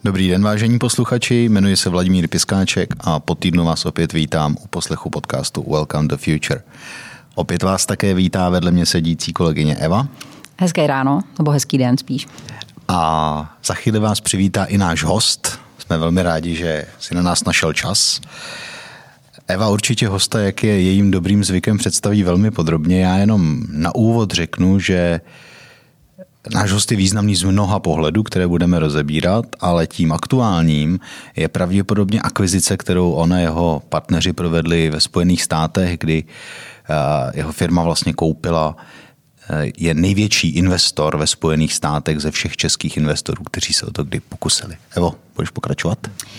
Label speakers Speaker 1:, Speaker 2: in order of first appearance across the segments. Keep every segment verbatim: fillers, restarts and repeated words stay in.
Speaker 1: Dobrý den, vážení posluchači, jmenuji se Vladimír Piskáček a po týdnu vás opět vítám u poslechu podcastu Welcome to Future. Opět vás také vítá vedle mě sedící kolegyně Eva.
Speaker 2: Hezké ráno, nebo hezký den spíš.
Speaker 1: A za chvíli vás přivítá i náš host. Jsme velmi rádi, že si na nás našel čas. Eva určitě hosta, jak je jejím dobrým zvykem, představí velmi podrobně. Já jenom na úvod řeknu, že náš host je významný z mnoha pohledů, které budeme rozebírat, ale tím aktuálním je pravděpodobně akvizice, kterou on a jeho partneři provedli ve Spojených státech, kdy jeho firma vlastně koupila, je největší investor ve Spojených státech ze všech českých investorů, kteří se o to kdy pokusili. Evo, budeš pokračovat?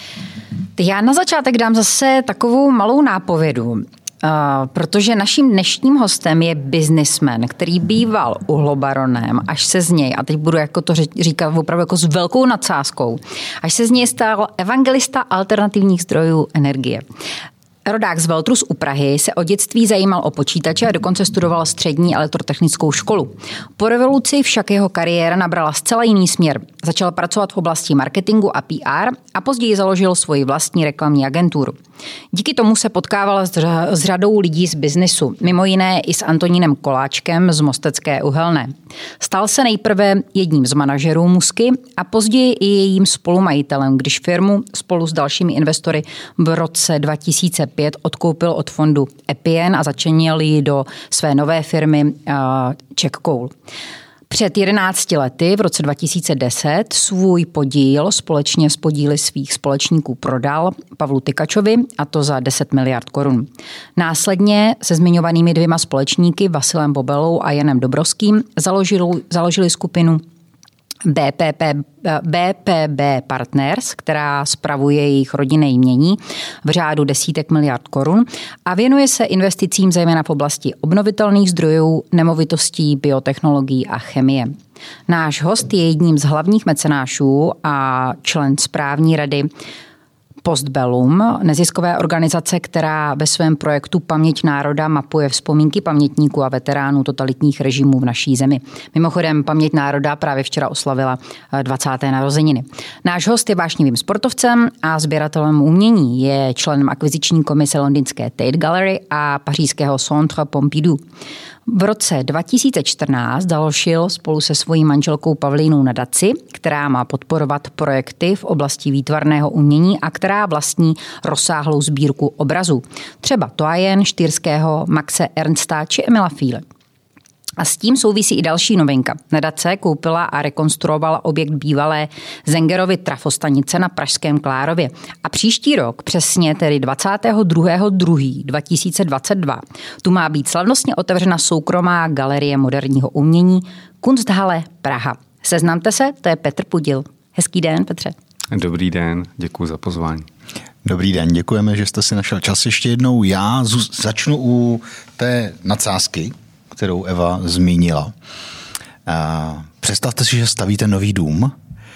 Speaker 2: Já na začátek dám zase takovou malou nápovědu. Uh, protože naším dnešním hostem je businessman, který býval uhlobaronem, až se z něj, a teď budu jako to říkat opravdu jako s velkou nadsázkou, až se z něj stal evangelista alternativních zdrojů energie. Rodák z Veltrus u Prahy se od dětství zajímal o počítače a dokonce studoval střední elektrotechnickou školu. Po revoluci však jeho kariéra nabrala zcela jiný směr. Začal pracovat v oblasti marketingu a P R a později založil svoji vlastní reklamní agenturu. Díky tomu se potkával s řadou lidí z biznisu, mimo jiné i s Antonínem Koláčkem z Mostecké uhelné. Stal se nejprve jedním z manažerů Musky a později i jejím spolumajitelem, když firmu spolu s dalšími investory v roce dva tisíce pět odkoupil od fondu Epien a začlenil ji do své nové firmy Czech Coal. Před jedenácti lety, v roce dva tisíce deset, svůj podíl společně s podíly svých společníků prodal Pavlu Tykačovi, a to za deset miliard korun. Následně se zmiňovanými dvěma společníky, Vasilem Bobelou a Janem Dobrovským, založili, založili skupinu B P P, B P B Partners, která spravuje jejich rodinné jmění v řádu desítek miliard korun a věnuje se investicím zejména v oblasti obnovitelných zdrojů, nemovitostí, biotechnologií a chemie. Náš host je jedním z hlavních mecenášů a člen správní rady Postbellum, neziskové organizace, která ve svém projektu Paměť národa mapuje vzpomínky pamětníků a veteránů totalitních režimů v naší zemi. Mimochodem, Paměť národa právě včera oslavila dvacáté narozeniny. Náš host je vášnivým sportovcem a sběratelem umění. Je členem akviziční komise londýnské Tate Gallery a pařížského Centre Pompidou. V roce dva tisíce čtrnáct založil spolu se svojí manželkou Pavlínou nadaci, která má podporovat projekty v oblasti výtvarného umění a která vlastní rozsáhlou sbírku obrazů. Třeba Toajen, Štýrského, Maxe Ernsta či Emila Fíle. A s tím souvisí i další novinka. Nadace koupila a rekonstruovala objekt bývalé Zengerovy trafostanice na pražském Klárově. A příští rok, přesně tedy dvacátého druhého druhého dva tisíce dvacet dva, tu má být slavnostně otevřena soukromá galerie moderního umění Kunsthalle Praha. Seznamte se, to je Petr Pudil. Hezký den, Petře.
Speaker 3: Dobrý den, děkuji za pozvání.
Speaker 1: Dobrý den, děkujeme, že jste si našel čas. Ještě jednou já začnu u té nadsázky, kterou Eva zmínila. Představte si, že stavíte nový dům.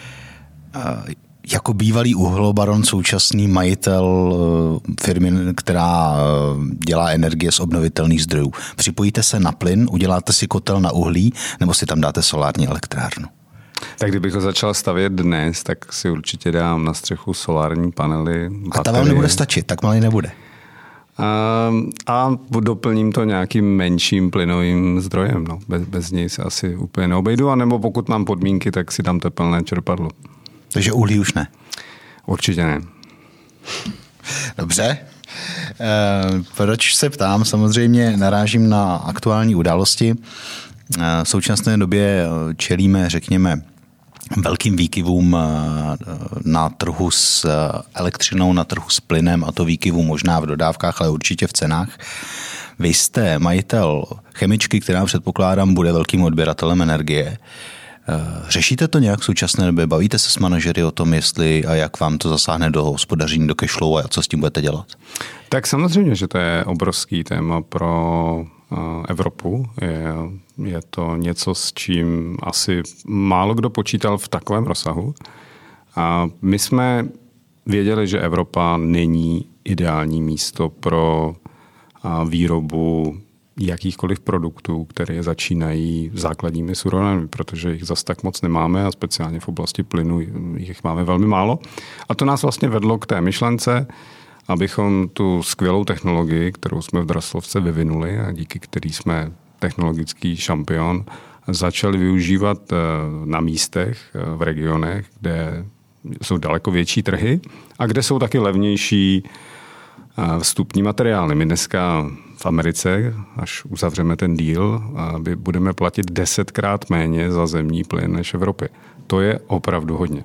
Speaker 1: Jako bývalý uhlobaron, současný majitel firmy, která dělá energie z obnovitelných zdrojů. Připojíte se na plyn, uděláte si kotel na uhlí, nebo si tam dáte solární elektrárnu?
Speaker 3: Tak kdybych ho začal stavět dnes, tak si určitě dám na střechu solární panely.
Speaker 1: Baterie. A ta vám nebude stačit, tak malý nebude.
Speaker 3: A doplním to nějakým menším plynovým zdrojem. No. Bez, bez něj se asi úplně neobejdu, anebo pokud mám podmínky, tak si dám tepelné čerpadlo.
Speaker 1: Takže uhlí už ne?
Speaker 3: Určitě ne.
Speaker 1: Dobře. E, proč se ptám? Samozřejmě narážím na aktuální události. E, v současné době čelíme, řekněme, velkým výkyvům na trhu s elektřinou, na trhu s plynem, a to výkyvů možná v dodávkách, ale určitě v cenách. Vy jste majitel chemičky, která předpokládám bude velkým odběratelem energie. Řešíte to nějak v současné době? Bavíte se s manažery o tom, jestli a jak vám to zasáhne do hospodaření, do cashflow a co s tím budete dělat?
Speaker 3: Tak samozřejmě, že to je obrovský téma pro Evropu. Je, je to něco, s čím asi málo kdo počítal v takovém rozsahu. A my jsme věděli, že Evropa není ideální místo pro výrobu jakýchkoliv produktů, které začínají základními surovinami, protože jich zas tak moc nemáme a speciálně v oblasti plynu jich máme velmi málo. A to nás vlastně vedlo k té myšlence, abychom tu skvělou technologii, kterou jsme v Draslovce vyvinuli a díky který jsme technologický šampion, začali využívat na místech, v regionech, kde jsou daleko větší trhy a kde jsou taky levnější vstupní materiály. My dneska v Americe, až uzavřeme ten deal, budeme platit desetkrát méně za zemní plyn než v Evropě. To je opravdu hodně.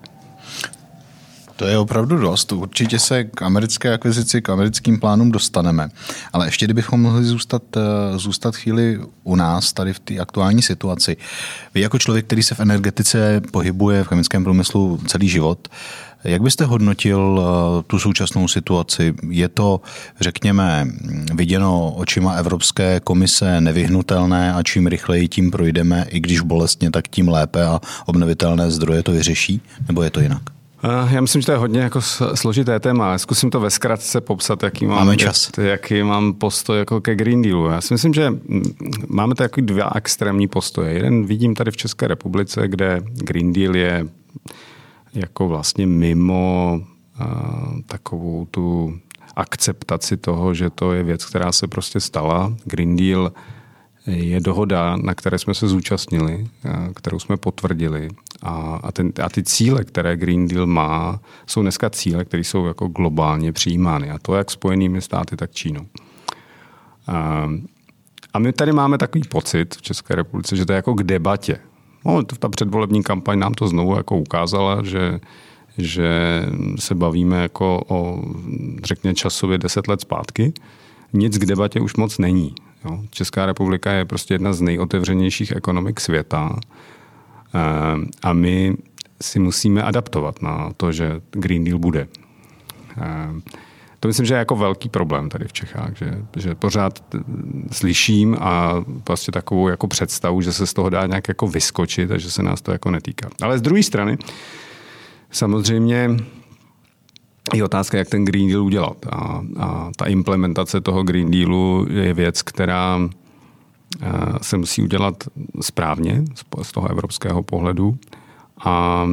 Speaker 1: To je opravdu dost. Určitě se k americké akvizici, k americkým plánům dostaneme. Ale ještě kdybychom mohli zůstat, zůstat chvíli u nás, tady v té aktuální situaci. Vy jako člověk, který se v energetice pohybuje v chemickém průmyslu celý život, jak byste hodnotil tu současnou situaci? Je to, řekněme, viděno očima Evropské komise nevyhnutelné a čím rychleji tím projdeme, i když bolestně, tak tím lépe a obnovitelné zdroje to vyřeší? Nebo je to jinak?
Speaker 3: Já myslím, že to je hodně jako složité téma. Zkusím to ve zkratce popsat, jaký mám,
Speaker 1: máme čas.
Speaker 3: jaký mám postoj jako ke Green Dealu. Já si myslím, že máme takový dva extrémní postoje. Jeden vidím tady v České republice, kde Green Deal je jako vlastně mimo uh, takovou tu akceptaci toho, že to je věc, která se prostě stala. Green Deal je dohoda, na které jsme se zúčastnili, kterou jsme potvrdili. A, a, ten, a ty cíle, které Green Deal má, jsou dneska cíle, které jsou jako globálně přijímány. A to jak Spojenými státy, tak Čínou. A, a my tady máme takový pocit v České republice, že to je jako k debatě. No, ta předvolební kampaň nám to znovu jako ukázala, že, že se bavíme jako o, řekněme, časově deset let zpátky. Nic k debatě už moc není. Jo. Česká republika je prostě jedna z nejotevřenějších ekonomik světa a my si musíme adaptovat na to, že Green Deal bude. To myslím, že je jako velký problém tady v Čechách, že, že pořád slyším a prostě takovou jako představu, že se z toho dá nějak jako vyskočit a že se nás to jako netýká. Ale z druhé strany samozřejmě je otázka, jak ten Green Deal udělat. A, a ta implementace toho Green Dealu je věc, která se musí udělat správně z toho evropského pohledu. A,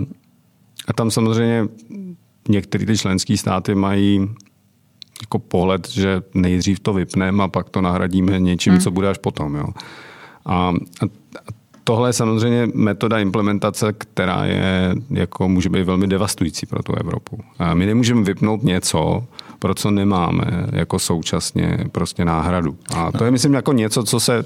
Speaker 3: a tam samozřejmě některé ty členské státy mají jako pohled, že nejdřív to vypneme a pak to nahradíme něčím, hmm. co bude až potom. Jo. A, a tohle je samozřejmě metoda implementace, která je, jako může být velmi devastující pro tu Evropu. A my nemůžeme vypnout něco, pro co nemáme jako současně prostě náhradu. A to je, myslím, jako něco, co se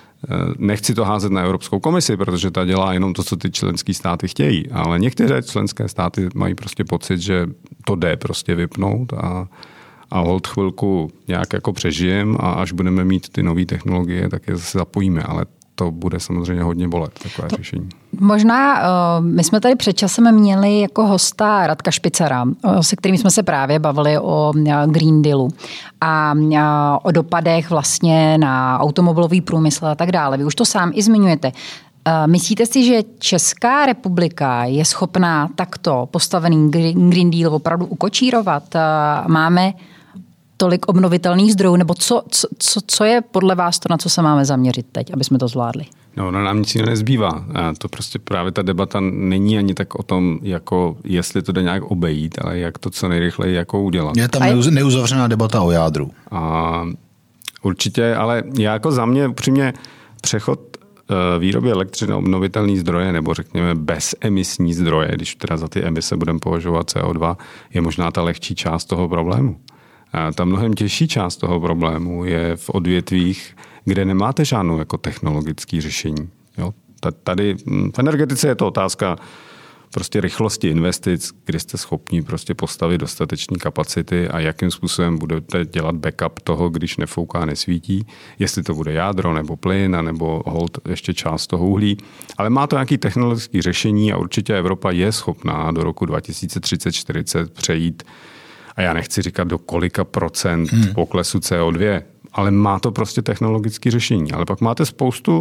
Speaker 3: nechci to házet na Evropskou komisi, protože ta dělá jenom to, co ty členské státy chtějí. Ale některé členské státy mají prostě pocit, že to jde prostě vypnout a, a hold chvilku nějak jako přežijem a až budeme mít ty nové technologie, tak je zase zapojíme. Ale to bude samozřejmě hodně bolet, takové to, řešení.
Speaker 2: Možná, my jsme tady před časem měli jako hosta Radka Špicera, se kterým jsme se právě bavili o Green Dealu a o dopadech vlastně na automobilový průmysl a tak dále. Vy už to sám i zmiňujete. Myslíte si, že Česká republika je schopná takto postavený Green Deal opravdu ukočírovat? Máme tolik obnovitelných zdrojů, nebo co, co, co je podle vás to, na co se máme zaměřit teď, aby jsme to zvládli?
Speaker 3: No, no nám nic jiného nezbývá. A to prostě právě ta debata není ani tak o tom, jako jestli to jde nějak obejít, ale jak to co nejrychleji jako udělat.
Speaker 1: Je tam je... neuzavřená debata o jádru.
Speaker 3: A určitě, ale já jako za mě upřímně přechod výroby elektřiny na obnovitelné zdroje, nebo řekněme bezemisní zdroje, když teda za ty emise budeme považovat C O dva, je možná ta lehčí část toho problému. A ta mnohem těžší část toho problému je v odvětvích, kde nemáte žádnou jako technologické řešení. Jo? Tady v energetice je to otázka prostě rychlosti investic, kdy jste schopni prostě postavit dostatečné kapacity a jakým způsobem budete dělat backup toho, když nefouká, nesvítí, jestli to bude jádro nebo plyn, nebo hold ještě část toho uhlí. Ale má to nějaké technologické řešení a určitě Evropa je schopná do roku dva tisíce třicet čtyřicet přejít, a já nechci říkat do kolika procent poklesu C O dva, ale má to prostě technologické řešení. Ale pak máte spoustu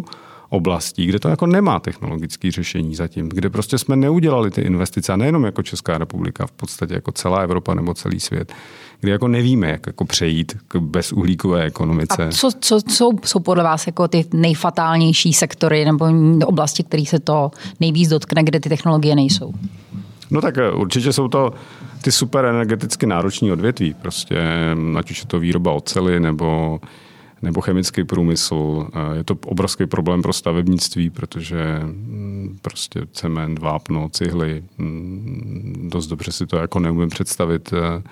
Speaker 3: oblastí, kde to jako nemá technologické řešení zatím, kde prostě jsme neudělali ty investice, a nejenom jako Česká republika, v podstatě jako celá Evropa nebo celý svět, kde jako nevíme, jak jako přejít k bezuhlíkové ekonomice.
Speaker 2: A co, co, co jsou podle vás jako ty nejfatálnější sektory nebo oblasti, které se to nejvíc dotkne, kde ty technologie nejsou?
Speaker 3: No tak určitě jsou to ty super energeticky náročné odvětví, prostě ať už je to výroba oceli nebo nebo chemický průmysl. Je to obrovský problém pro stavebnictví, protože prostě cement, vápno, cihly, dost dobře si to jako neumím představit,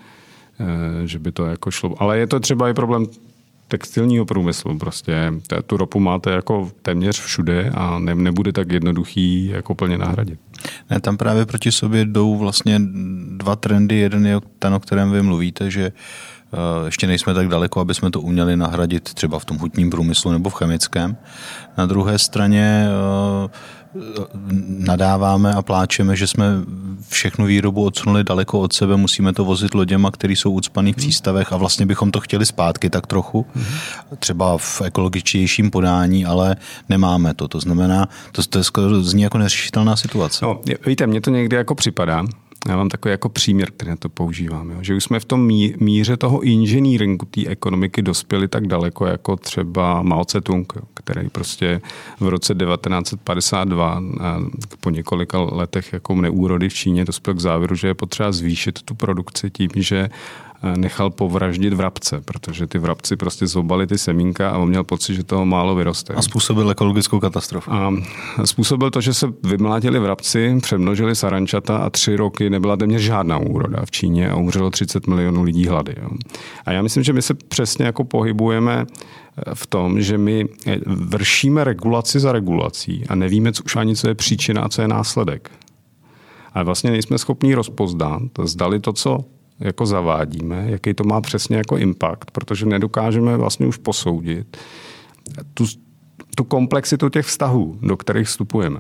Speaker 3: že by to jako šlo. Ale je to třeba i problém textilního průmyslu. Prostě tu ropu máte jako téměř všude a ne, nebude tak jednoduchý jako plně nahradit.
Speaker 1: Ne, tam právě proti sobě jdou vlastně dva trendy. Jeden je ten, o kterém vy mluvíte, že ještě nejsme tak daleko, aby jsme to uměli nahradit třeba v tom hutním průmyslu nebo v chemickém. Na druhé straně nadáváme a pláčeme, že jsme všechnu výrobu odsunuli daleko od sebe, musíme to vozit loděma, které jsou ucpaný v přístavech a vlastně bychom to chtěli zpátky tak trochu, třeba v ekologičtějším podání, ale nemáme to. To znamená, to, to je skoro zní jako neřešitelná situace.
Speaker 3: No, víte, mně to někdy jako připadá, já mám takový jako příměr, který na to používám, jo? Že už jsme v tom mí, míře toho inženýringu té ekonomiky dospěli tak daleko, jako třeba Mao Tse-tung, jo? Který prostě v roce devatenáct set padesát dva po několika letech jako neúrody v Číně dospěl k závěru, že je potřeba zvýšit tu produkci tím, že nechal povraždit vrabce, protože ty vrabci prostě zobali ty semínka a on měl pocit, že toho málo vyroste.
Speaker 1: A způsobil ekologickou katastrofu.
Speaker 3: A způsobil to, že se vymlátili vrabci, přemnožili sarančata a tři roky nebyla téměř žádná úroda v Číně a umřelo třicet milionů lidí hlady. Jo. A já myslím, že my se přesně jako pohybujeme v tom, že my vršíme regulaci za regulací a nevíme co, už ani, co je příčina a co je následek. Ale vlastně nejsme schopní rozpoznat, zdali to, co jako zavádíme, jaký to má přesně jako impact, protože nedokážeme vlastně už posoudit tu, tu komplexitu těch vztahů, do kterých vstupujeme.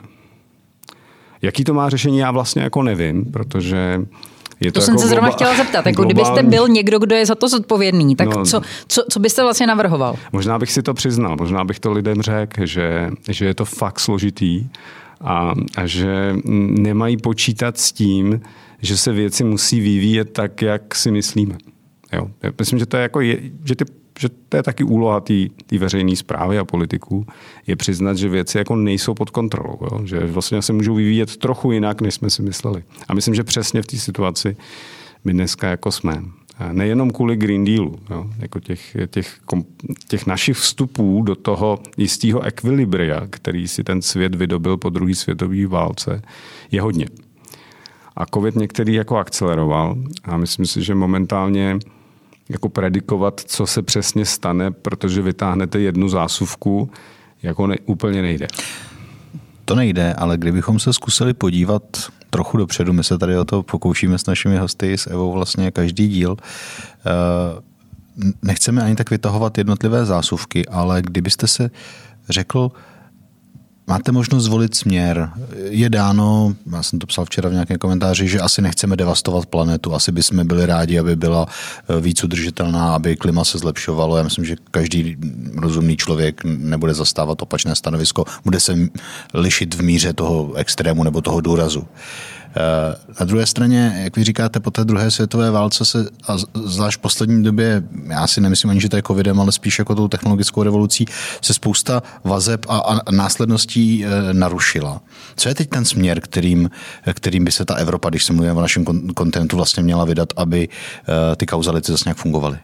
Speaker 3: Jaký to má řešení, já vlastně jako nevím, protože je to,
Speaker 2: to
Speaker 3: jako
Speaker 2: jsem se zrovna
Speaker 3: globa-
Speaker 2: chtěla zeptat. Jako
Speaker 3: globální...
Speaker 2: Kdybyste byl někdo, kdo je za to zodpovědný, tak
Speaker 3: no,
Speaker 2: co, co, co byste vlastně navrhoval?
Speaker 3: Možná bych si to přiznal, možná bych to lidem řekl, že, že je to fakt složitý a, a že nemají počítat s tím, že se věci musí vyvíjet tak, jak si myslíme. Jo. Já myslím, že to je, jako je, že ty, že to je taky úloha té veřejné správy a politiků, je přiznat, že věci jako nejsou pod kontrolou. Jo. Že vlastně se můžou vyvíjet trochu jinak, než jsme si mysleli. A myslím, že přesně v té situaci my dneska jako jsme. A nejenom kvůli Green Dealu, jo. Jako těch, těch, těch našich vstupů do toho jistého ekvilibria, který si ten svět vydobil po druhé světové válce, je hodně. A COVID některý jako akceleroval a myslím si, že momentálně jako predikovat, co se přesně stane, protože vytáhnete jednu zásuvku, jako ne, úplně nejde.
Speaker 1: To nejde, ale kdybychom se zkusili podívat trochu dopředu, my se tady o to pokoušíme s našimi hosty, s Evou vlastně každý díl, nechceme ani tak vytahovat jednotlivé zásuvky, ale kdybyste se řekl, máte možnost zvolit směr. Je dáno, já jsem to psal včera v nějakém komentáři, že asi nechceme devastovat planetu, asi bychom byli rádi, aby byla víc udržitelná, aby klima se zlepšovalo. Já myslím, že každý rozumný člověk nebude zastávat opačné stanovisko, bude se lišit v míře toho extrému nebo toho důrazu. Na druhé straně, jak vy říkáte, po té druhé světové válce se, a zvlášť v poslední době, já si nemyslím ani, že to je covidem, ale spíš jako tou technologickou revolucí, se spousta vazeb a, a následností e, narušila. Co je teď ten směr, kterým, kterým by se ta Evropa, když se mluví o našem kontinentu, vlastně měla vydat, aby e, ty kauzality zase nějak fungovaly?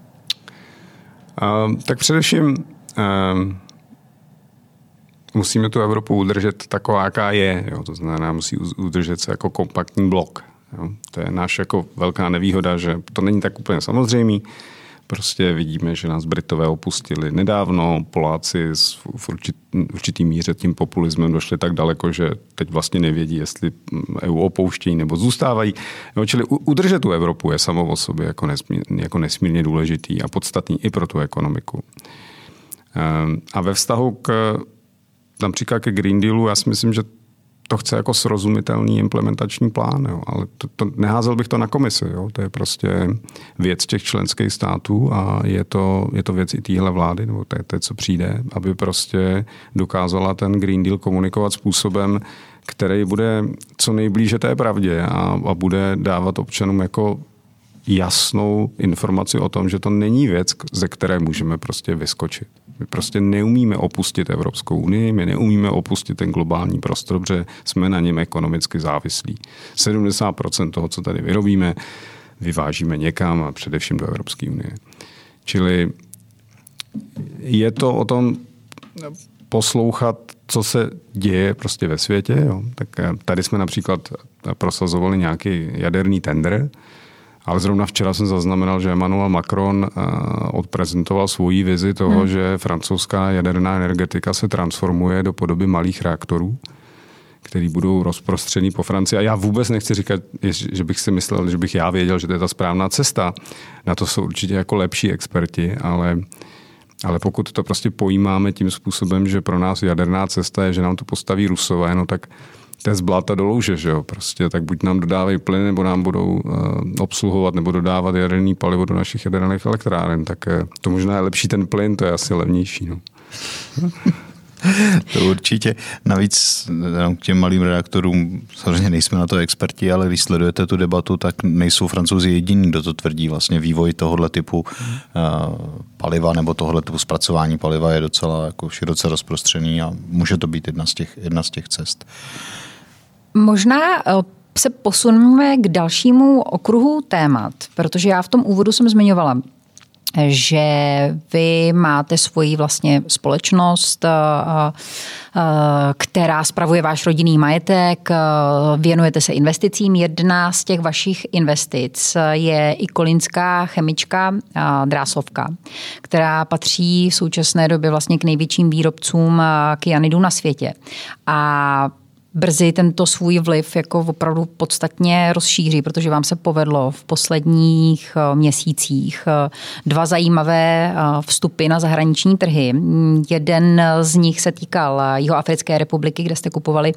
Speaker 3: Uh, tak především uh... musíme tu Evropu udržet taková, jaká je. Jo. To znamená, musí udržet se jako kompaktní blok. Jo. To je náš jako velká nevýhoda, že to není tak úplně samozřejmý. Prostě vidíme, že nás Britové opustili nedávno, Poláci v určitý míře tím populismem došli tak daleko, že teď vlastně nevědí, jestli E U opouštějí nebo zůstávají. Jo, čili udržet tu Evropu je samo o sobě jako nesmírně, jako nesmírně důležitý a podstatný i pro tu ekonomiku. A ve vztahu k například ke Green Dealu, já si myslím, že to chce jako srozumitelný implementační plán, jo. Ale to, to, neházel bych to na komisi. Jo. To je prostě věc těch členských států a je to, je to věc i téhle vlády, nebo té, té, co přijde, aby prostě dokázala ten Green Deal komunikovat způsobem, který bude co nejblíže té pravdě a, a bude dávat občanům jako jasnou informaci o tom, že to není věc, ze které můžeme prostě vyskočit. My prostě neumíme opustit Evropskou unii, my neumíme opustit ten globální prostor, protože jsme na něm ekonomicky závislí. sedmdesát procent toho, co tady vyrobíme, vyvážíme někam a především do Evropské unie. Čili je to o tom poslouchat, co se děje prostě ve světě. Jo. Tak tady jsme například prosazovali nějaký jaderný tender, ale zrovna včera jsem zaznamenal, že Emmanuel Macron odprezentoval svoji vizi toho, hmm. že francouzská jaderná energetika se transformuje do podoby malých reaktorů, který budou rozprostřený po Francii. A já vůbec nechci říkat, že bych si myslel, že bych já věděl, že to je ta správná cesta. Na to jsou určitě jako lepší experti, ale, ale pokud to prostě pojímáme tím způsobem, že pro nás jaderná cesta je, že nám to postaví Rusové, no tak to je z bláta do louže, že jo, prostě, tak buď nám dodávají plyn, nebo nám budou uh, obsluhovat, nebo dodávat jaderný palivo do našich jaderných elektráren, tak uh, to možná je lepší ten plyn, to je asi levnější, no.
Speaker 1: To určitě. Navíc k těm malým reaktorům samozřejmě nejsme na to experti, ale když sledujete tu debatu, tak nejsou Francouzi jediní, kdo to tvrdí. Vlastně vývoj tohohle typu uh, paliva nebo tohohle typu zpracování paliva je docela jako široce rozprostřený a může to být jedna z těch, jedna z těch cest.
Speaker 2: Možná se posuneme k dalšímu okruhu témat, protože já v tom úvodu jsem zmiňovala, že vy máte svoji vlastně společnost, která spravuje váš rodinný majetek, věnujete se investicím. Jedna z těch vašich investic je i kolínská chemička Dráslovka, která patří v současné době vlastně k největším výrobcům kyanidů na světě. A brzy tento svůj vliv jako opravdu podstatně rozšíří, protože vám se povedlo v posledních měsících dva zajímavé vstupy na zahraniční trhy. Jeden z nich se týkal Jihoafrické republiky, kde jste kupovali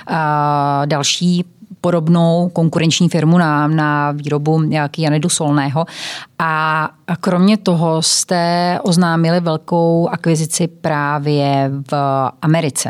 Speaker 2: další podobnou konkurenční firmu na, na výrobu kyanidu solného. A kromě toho jste oznámili velkou akvizici právě v Americe.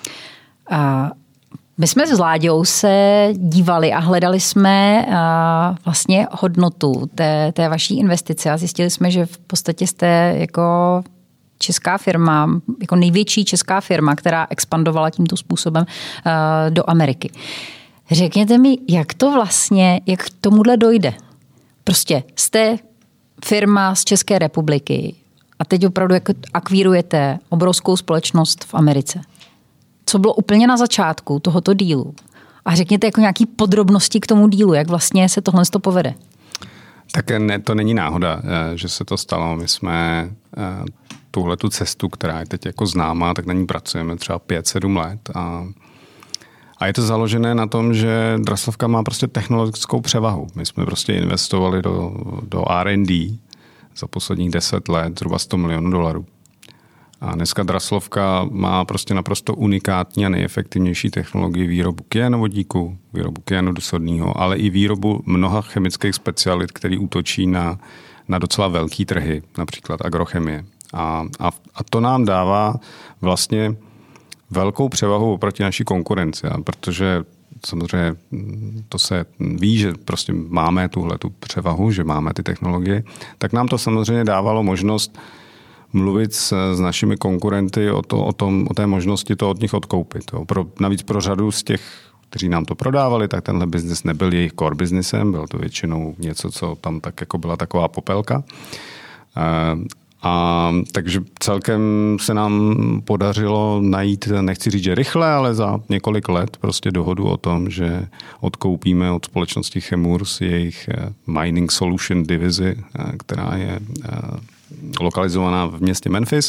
Speaker 2: A my jsme s Láďou se dívali a hledali jsme vlastně hodnotu té, té vaší investice a zjistili jsme, že v podstatě jste jako česká firma, jako největší česká firma, která expandovala tímto způsobem do Ameriky. Řekněte mi, jak to vlastně, jak k tomuhle dojde? Prostě jste firma z České republiky a teď opravdu jako akvírujete obrovskou společnost v Americe. Co bylo úplně na začátku tohoto dílu? A řekněte jako nějaký podrobnosti k tomu dílu, jak vlastně se tohle to povede.
Speaker 3: Tak ne, to není náhoda, že se to stalo. My jsme tuhletu cestu, která je teď jako známá, tak na ní pracujeme třeba pět sedm let. A, a je to založené na tom, že Dráslovka má prostě technologickou převahu. My jsme prostě investovali do, do R and D za posledních deset let zhruba sto milionů dolarů. A dneska Dráslovka má prostě naprosto unikátní a nejefektivnější technologii výrobu kyanovodíku, výrobu kyanidu sodného, ale i výrobu mnoha chemických specialit, který útočí na, na docela velký trhy, například agrochemie. A, a, a to nám dává vlastně velkou převahu oproti naší konkurenci, protože samozřejmě to se ví, že prostě máme tuhle tu převahu, že máme ty technologie, tak nám to samozřejmě dávalo možnost mluvit s, s našimi konkurenty o, to, o, tom, o té možnosti to od nich odkoupit. Jo. Pro, navíc pro řadu z těch, kteří nám to prodávali, tak tenhle biznis nebyl jejich core businessem, bylo to většinou něco, co tam tak jako byla taková popelka. E, a takže celkem se nám podařilo najít, nechci říct, že rychle, ale za několik let prostě dohodu o tom, že odkoupíme od společnosti Chemours jejich Mining Solution divizi, která je lokalizovaná v městě Memphis.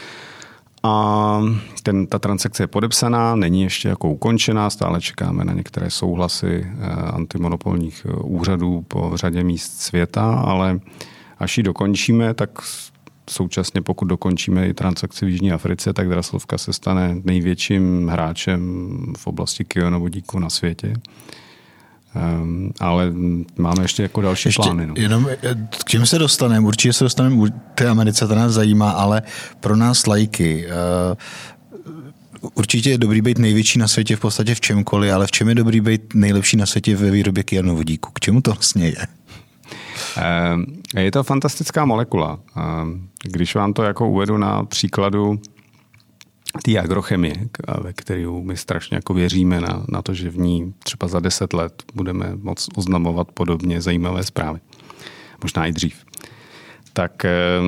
Speaker 3: A ten, ta transakce je podepsaná, není ještě jako ukončená, stále čekáme na některé souhlasy antimonopolních úřadů po řadě míst světa, ale až ji dokončíme, tak současně, pokud dokončíme i transakci v Jižní Africe, tak Draslovka se stane největším hráčem v oblasti kyonovodíku na světě. Um, ale máme ještě jako další ještě plány. No.
Speaker 1: Jenom k čem se dostaneme? Určitě se dostaneme, ty Americe to nás zajímá, ale pro nás lajky. Uh, určitě je dobrý být největší na světě v podstatě v čemkoliv, ale v čem je dobrý být nejlepší na světě ve výrobě kyanovodíku? K čemu to vlastně je?
Speaker 3: Um, je to fantastická molekula. Um, když vám to jako uvedu na příkladu té agrochemie, ve kterou my strašně jako věříme na, na to, že v ní třeba za deset let budeme moc oznamovat podobně zajímavé zprávy. Možná i dřív. Tak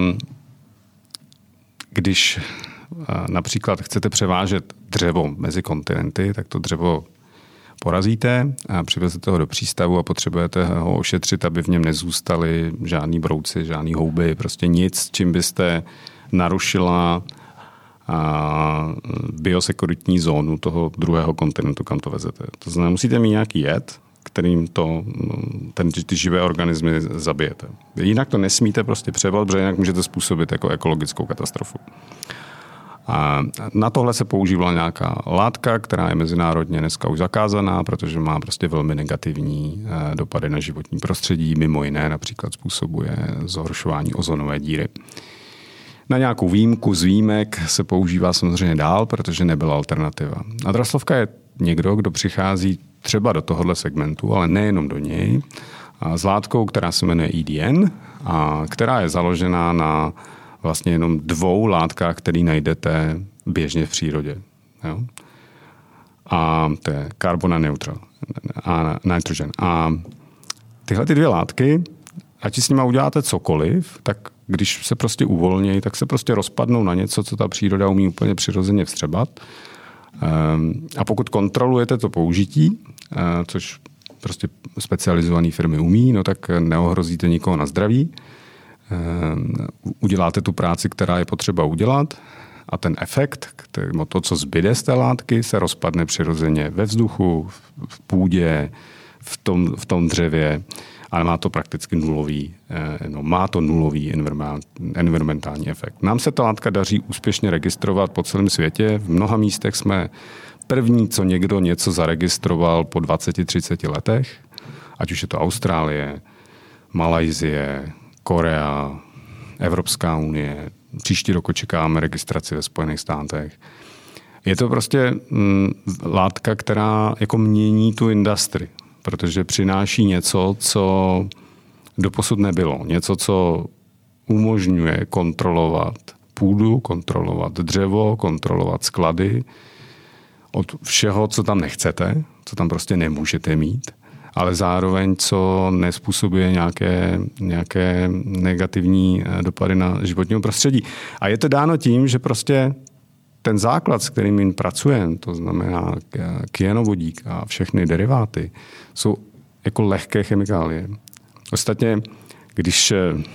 Speaker 3: když například chcete převážet dřevo mezi kontinenty, tak to dřevo porazíte a přivezete ho do přístavu a potřebujete ho ošetřit, aby v něm nezůstaly žádný brouci, žádný houby, prostě nic, čím byste narušila a biosekuritní zónu toho druhého kontinentu, kam to vezete. To znamená, musíte mít nějaký jed, kterým to, ten, ty živé organismy zabijete. Jinak to nesmíte prostě převat, protože jinak můžete způsobit jako ekologickou katastrofu. A na tohle se používala nějaká látka, která je mezinárodně dneska už zakázaná, protože má prostě velmi negativní dopady na životní prostředí, mimo jiné například způsobuje zhoršování ozonové díry. Na nějakou výjimku z výjimek se používá samozřejmě dál, protože nebyla alternativa. A Draslovka je někdo, kdo přichází třeba do tohohle segmentu, ale nejenom do něj, s látkou, která se jmenuje E D N a která je založená na vlastně jenom dvou látkách, které najdete běžně v přírodě. Jo? A to je carbon a neutral a nitrogen. A tyhle ty dvě látky, ať si s nimi uděláte cokoliv, tak když se prostě uvolnějí, tak se prostě rozpadnou na něco, co ta příroda umí úplně přirozeně vstřebat. A pokud kontrolujete to použití, což prostě specializované firmy umí, no tak neohrozíte nikoho na zdraví. Uděláte tu práci, která je potřeba udělat a ten efekt, který, to, co zbyde z té látky, se rozpadne přirozeně ve vzduchu, v půdě, v tom, v tom dřevě, ale má to prakticky nulový, no, má to nulový environmentální efekt. Nám se ta látka daří úspěšně registrovat po celém světě. V mnoha místech jsme první, co někdo něco zaregistroval po dvaceti třiceti letech, ať už je to Austrálie, Malajsie, Korea, Evropská unie. Příští rok čekáme registraci ve Spojených státech. Je to prostě mm, látka, která jako mění tu industrii, protože přináší něco, co doposud nebylo. Něco, co umožňuje kontrolovat půdu, kontrolovat dřevo, kontrolovat sklady od všeho, co tam nechcete, co tam prostě nemůžete mít, ale zároveň, co nezpůsobuje nějaké, nějaké negativní dopady na životní prostředí. A je to dáno tím, že prostě ten základ, s kterým pracujeme, to znamená kyanovodík a všechny deriváty, jsou jako lehké chemikálie. Ostatně, když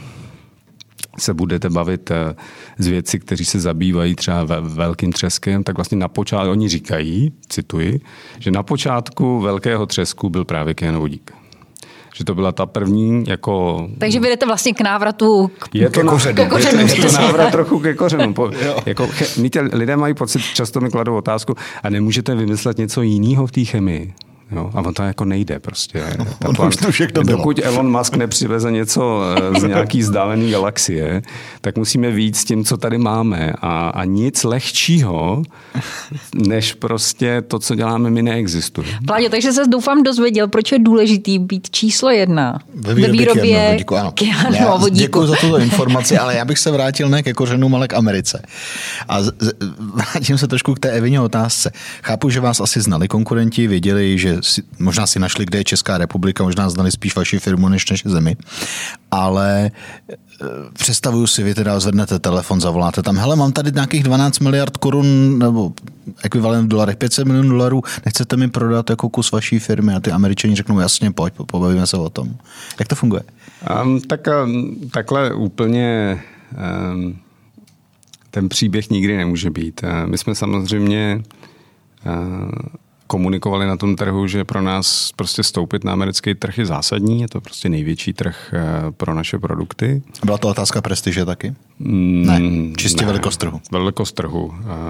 Speaker 3: se budete bavit s vědci, kteří se zabývají třeba velkým třeskem, tak vlastně na počátku, oni říkají, cituji, že na počátku velkého třesku byl právě kyanovodík. Že to byla ta první jako...
Speaker 2: Takže vy jdete vlastně k návratu k,
Speaker 3: je to
Speaker 2: k kořenům.
Speaker 3: Je to, je to návrat trochu ke kořenům. Po, jako, lidé mají pocit, často mi kladou otázku, a nemůžete vymyslet něco jiného v té chemii. Jo, a on to jako nejde prostě.
Speaker 1: No, plan, to
Speaker 3: dokud Elon Musk nepřiveze něco z nějaký vzdálené galaxie, tak musíme víc s tím, co tady máme. A, a nic lehčího, než prostě to, co děláme, my neexistuje.
Speaker 2: Vláďo, takže se doufám dozvěděl, proč je důležitý být číslo jedna
Speaker 1: ve výrobě, ve výrobě kyanovodíku. Děkuji za tuto informaci, ale já bych se vrátil ne ke kořenům, ale k Americe. A z, z, vrátím se trošku k té Evině otázce. Chápu, že vás asi znali konkurenti, věděli, že si, možná si našli, kde je Česká republika, možná znali spíš vaši firmu než naše zemi, ale představuju si, vy teda zvednete telefon, zavoláte tam, hele, mám tady nějakých dvanáct miliard korun, nebo ekvivalent v dolarech, pět set milionů dolarů, nechcete mi prodat jako kus vaší firmy? A ty Američani řeknou, jasně, pojď, pobavíme se o tom. Jak to funguje?
Speaker 3: Um, tak um, takhle úplně um, ten příběh nikdy nemůže být. Uh, my jsme samozřejmě uh, komunikovali na tom trhu, že pro nás prostě vstoupit na americký trh je zásadní, je to prostě největší trh pro naše produkty.
Speaker 1: Byla to otázka prestiže taky? Mm, ne, čistě ne, velikost trhu.
Speaker 3: Velikost trhu.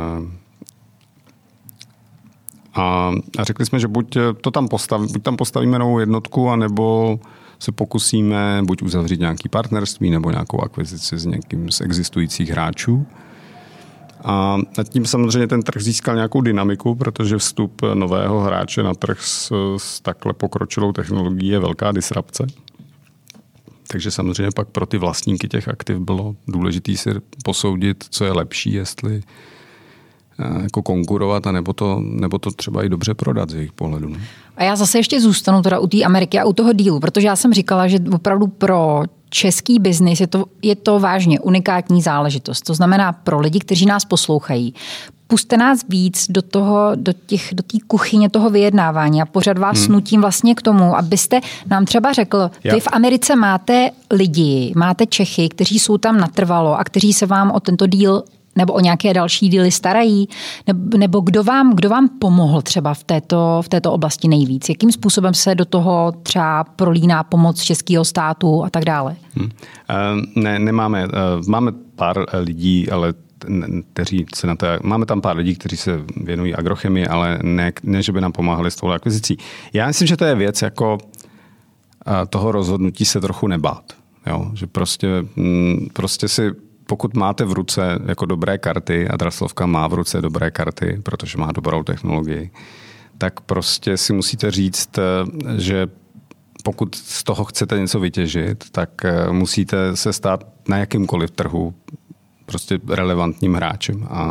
Speaker 3: A, a řekli jsme, že buď, to tam, postav, buď tam postavíme novou jednotku, anebo se pokusíme buď uzavřít nějaké partnerství nebo nějakou akvizici s někým z existujících hráčů. A nad tím samozřejmě ten trh získal nějakou dynamiku, protože vstup nového hráče na trh s, s takhle pokročilou technologií je velká disrupce. Takže samozřejmě pak pro ty vlastníky těch aktiv bylo důležité si posoudit, co je lepší, jestli jako konkurovat, a nebo to, nebo to třeba i dobře prodat z jejich pohledu. Ne?
Speaker 2: A já zase ještě zůstanu teda u té Ameriky a u toho dílu, protože já jsem říkala, že opravdu pro český biznis je to, je to vážně unikátní záležitost. To znamená pro lidi, kteří nás poslouchají. Puste nás víc do toho, do těch, do té kuchyně toho vyjednávání a pořád vás hmm. nutím vlastně k tomu, abyste nám třeba řekl, vy ja. v Americe máte lidi, máte Čechy, kteří jsou tam natrvalo a kteří se vám o tento díl nebo o nějaké další díly starají, nebo, nebo kdo vám, kdo vám pomohl třeba v této, v této oblasti nejvíc? Jakým způsobem se do toho třeba prolíná pomoc českého státu a tak dále? Hmm.
Speaker 3: Uh, ne, nemáme. Uh, máme pár lidí, ale kteří se na to, máme tam pár lidí, kteří se věnují agrochemii, ale ne, ne, že by nám pomáhali s tou akvizicí. Já myslím, že to je věc jako uh, toho rozhodnutí se trochu nebát. Jo? Že prostě, mm, prostě si pokud máte v ruce jako dobré karty, a Draslovka má v ruce dobré karty, protože má dobrou technologii, tak prostě si musíte říct, že pokud z toho chcete něco vytěžit, tak musíte se stát na jakýmkoliv trhu prostě relevantním hráčem. A,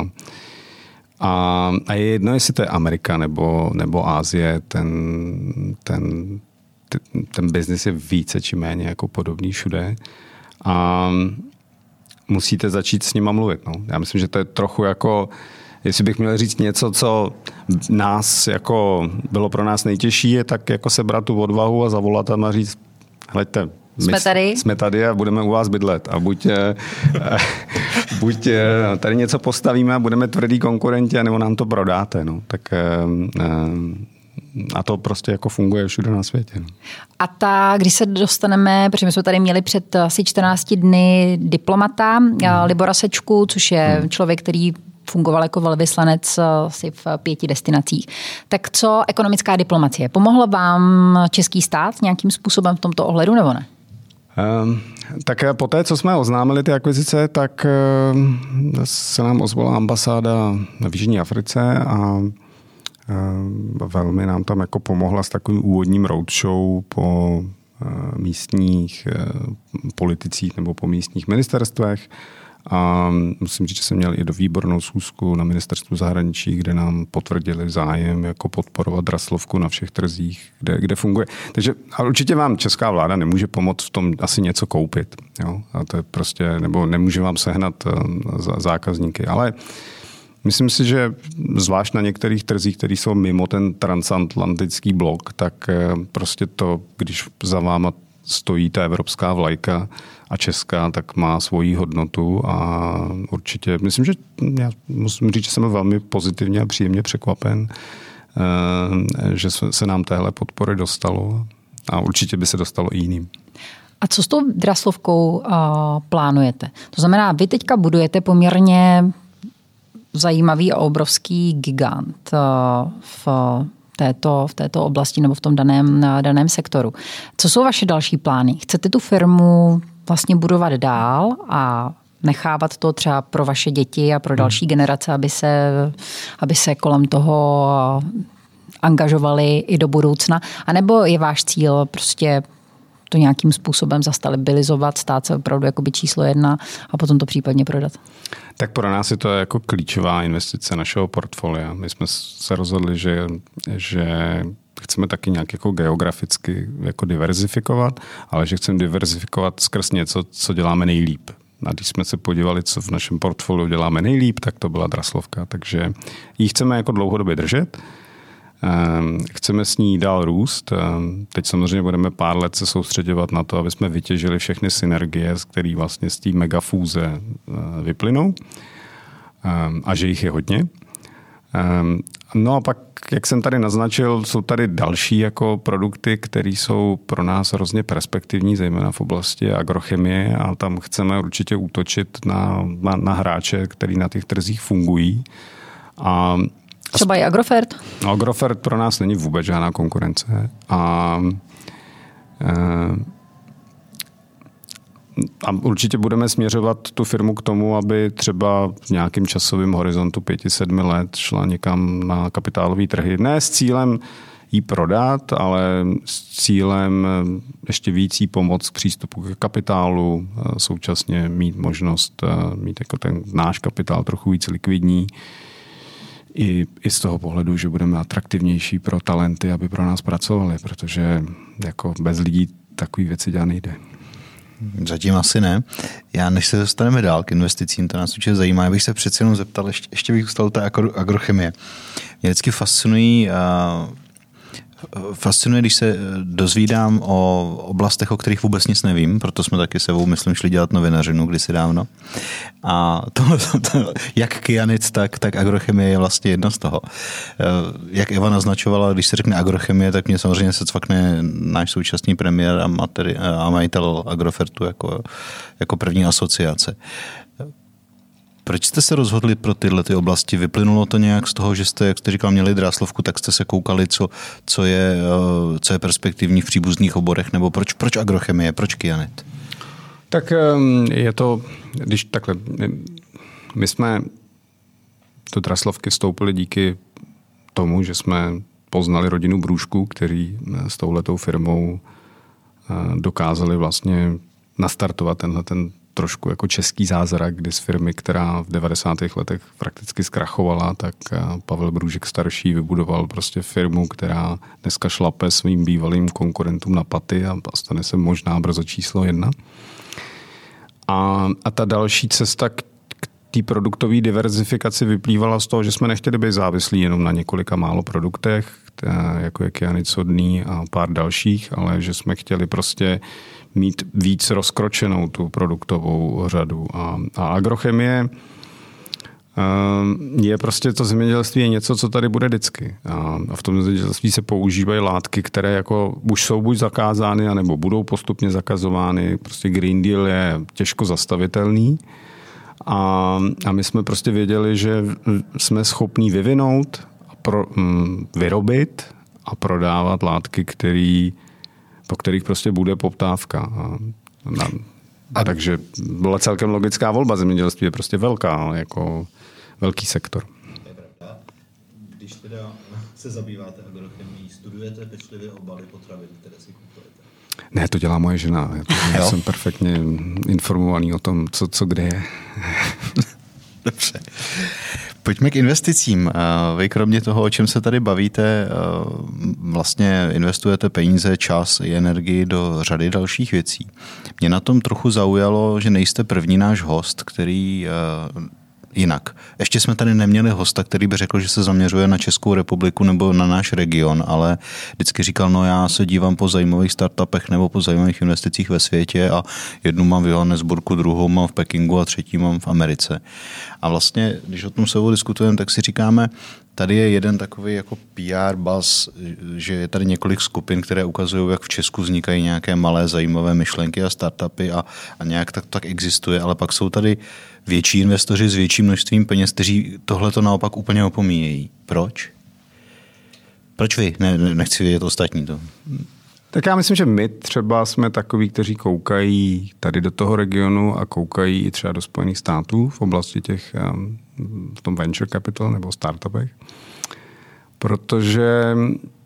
Speaker 3: a, a je jedno, jestli to je Amerika nebo, nebo Asie, ten, ten, ten biznis je více či méně jako podobný všude. A musíte začít s nima mluvit. No. Já myslím, že to je trochu jako, jestli bych měl říct něco, co nás jako bylo pro nás nejtěžší, je tak jako sebrat tu odvahu a zavolat tam a říct, hleďte,
Speaker 2: jsme tady.
Speaker 3: jsme tady a budeme u vás bydlet. A buď, buď tady něco postavíme a budeme tvrdý konkurenti, nebo nám to prodáte. No. Tak a to prostě jako funguje všude na světě. No.
Speaker 2: A ta, když se dostaneme, protože my jsme tady měli před asi čtrnácti dny diplomata, hmm. Libora Sečku, což je hmm. člověk, který fungoval jako velvyslanec asi v pěti destinacích. Tak co ekonomická diplomacie? Pomohla vám český stát nějakým způsobem v tomto ohledu, nebo ne?
Speaker 3: Um, tak po té, co jsme oznámili ty akvizice, tak uh, se nám ozvala ambasáda v Jižní Africe a velmi nám tam jako pomohla s takovým úvodním roadshow po místních politicích nebo po místních ministerstvech. A musím říct, že jsem měl i do výbornou schůzku na ministerstvu zahraničí, kde nám potvrdili zájem jako podporovat Draslovku na všech trzích, kde, kde funguje. Takže ale určitě vám česká vláda nemůže pomoct v tom asi něco koupit. Jo? A to je prostě, nebo nemůže vám sehnat zákazníky. Ale myslím si, že zvlášť na některých trzích, které jsou mimo ten transatlantický blok, tak prostě to, když za váma stojí ta evropská vlajka a česká, tak má svoji hodnotu a určitě, myslím, že já musím říct, že jsem velmi pozitivně a příjemně překvapen, že se nám téhle podpory dostalo a určitě by se dostalo i jiným.
Speaker 2: A co s tou Draslovkou uh, plánujete? To znamená, vy teďka budujete poměrně zajímavý a obrovský gigant v této, v této oblasti nebo v tom daném, daném sektoru. Co jsou vaše další plány? Chcete tu firmu vlastně budovat dál a nechávat to třeba pro vaše děti a pro další generace, aby se, aby se kolem toho angažovali i do budoucna? A nebo je váš cíl prostě to nějakým způsobem zastabilizovat, stát se opravdu jakoby číslo jedna a potom to případně prodat?
Speaker 3: Tak pro nás je to jako klíčová investice našeho portfolia. My jsme se rozhodli, že, že chceme taky nějak jako geograficky jako diverzifikovat, ale že chceme diverzifikovat skrz něco, co děláme nejlíp. A když jsme se podívali, co v našem portfoliu děláme nejlíp, tak to byla Draslovka. Takže ji chceme jako dlouhodobě držet. Chceme s ní dál růst. Teď samozřejmě budeme pár let se soustředovat na to, aby jsme vytěžili všechny synergie, které vlastně z té megafúze vyplynou a že jich je hodně. No a pak, jak jsem tady naznačil, jsou tady další jako produkty, které jsou pro nás hrozně perspektivní, zejména v oblasti agrochemie a tam chceme určitě útočit na, na, na hráče, který na těch trzích fungují. A
Speaker 2: třeba i Agrofert?
Speaker 3: No, Agrofert pro nás není vůbec žádná konkurence. A, a určitě budeme směřovat tu firmu k tomu, aby třeba v nějakém časovém horizontu pěti, sedmi let šla někam na kapitálové trhy. Ne s cílem jí prodat, ale s cílem ještě víc jí pomoct k přístupu k kapitálu, současně mít možnost mít jako ten náš kapitál trochu víc likvidní. I, I z toho pohledu, že budeme atraktivnější pro talenty, aby pro nás pracovali, protože jako bez lidí takové věci dělat nejde.
Speaker 1: Zatím asi ne. Já než se dostaneme dál k investicím, to nás určitě zajímá, já bych se přece jenom zeptal, ještě, ještě bych zůstal té agrochemie. Mě vždycky fascinují uh, Fascinuje, když se dozvídám o oblastech, o kterých vůbec nic nevím, proto jsme taky sebou, myslím, šli dělat novinařinu kdysi dávno. A tohle, to, jak kyanit, tak, tak agrochemie je vlastně jedna z toho. Jak Eva naznačovala, když se řekne agrochemie, tak mě samozřejmě se cvakne náš současný premiér a, materi- a majitel Agrofertu jako, jako první asociace. Proč jste se rozhodli pro tyhle ty oblasti? Vyplynulo to nějak z toho, že jste, jak jste říkal, měli dráslovku, tak jste se koukali, co, co, je, co je perspektivní v příbuzných oborech, nebo proč, proč agrochemie, proč kyanit?
Speaker 3: Tak je to, když takhle, my jsme do dráslovky vstoupili díky tomu, že jsme poznali rodinu Brůžků, kteří s touhletou firmou dokázali vlastně nastartovat tenhle ten trošku jako český zázrak, kdy z firmy, která v devadesátých letech prakticky zkrachovala, tak Pavel Brůžek starší vybudoval prostě firmu, která dneska šlape svým bývalým konkurentům na paty a stane se možná brzo číslo jedna. A, a ta další cesta k, k té produktové diverzifikaci vyplývala z toho, že jsme nechtěli být závislí jenom na několika málo produktech, jako je kyanit sodný a pár dalších, ale že jsme chtěli prostě mít víc rozkročenou tu produktovou řadu. A, a agrochemie je prostě to zemědělství je něco, co tady bude vždycky. A, a v tom zemědělství se používají látky, které jako už jsou buď zakázány, anebo budou postupně zakazovány. Prostě Green Deal je těžko zastavitelný. A, a my jsme prostě věděli, že jsme schopní vyvinout, a pro, mm, vyrobit a prodávat látky, který po kterých prostě bude poptávka. A, a, a takže byla celkem logická volba. Zemědělství je prostě velká, jako velký sektor.
Speaker 1: To je pravda. Když teda se zabýváte agrochemií, studujete pečlivě obaly potravin, které si kupujete?
Speaker 3: Ne, to dělá moje žena. Já, já jsem perfektně informovaný o tom, co, co kde je.
Speaker 1: Dobře. Pojďme k investicím. Vy kromě toho, o čem se tady bavíte, vlastně investujete peníze, čas i energii do řady dalších věcí. Mě na tom trochu zaujalo, že nejste první náš host, který jinak. Ještě jsme tady neměli hosta, který by řekl, že se zaměřuje na Českou republiku nebo na náš region, ale vždycky říkal, no já se dívám po zajímavých startupech nebo po zajímavých investicích ve světě a jednu mám v Johannesburgu, druhou mám v Pekingu a třetí mám v Americe. A vlastně, když o tom sebou diskutujeme, tak si říkáme, tady je jeden takový jako P R buzz, že je tady několik skupin, které ukazují, jak v Česku vznikají nějaké malé zajímavé myšlenky a startupy a, a nějak tak, tak existuje, ale pak jsou tady větší investoři s větším množstvím peněz, kteří tohle to naopak úplně opomíjejí. Proč? Proč vy? Ne, nechci vědět ostatní to.
Speaker 3: Tak já myslím, že my třeba jsme takoví, kteří koukají tady do toho regionu a koukají i třeba do Spojených států v oblasti těch, v tom venture capital nebo startupech. Protože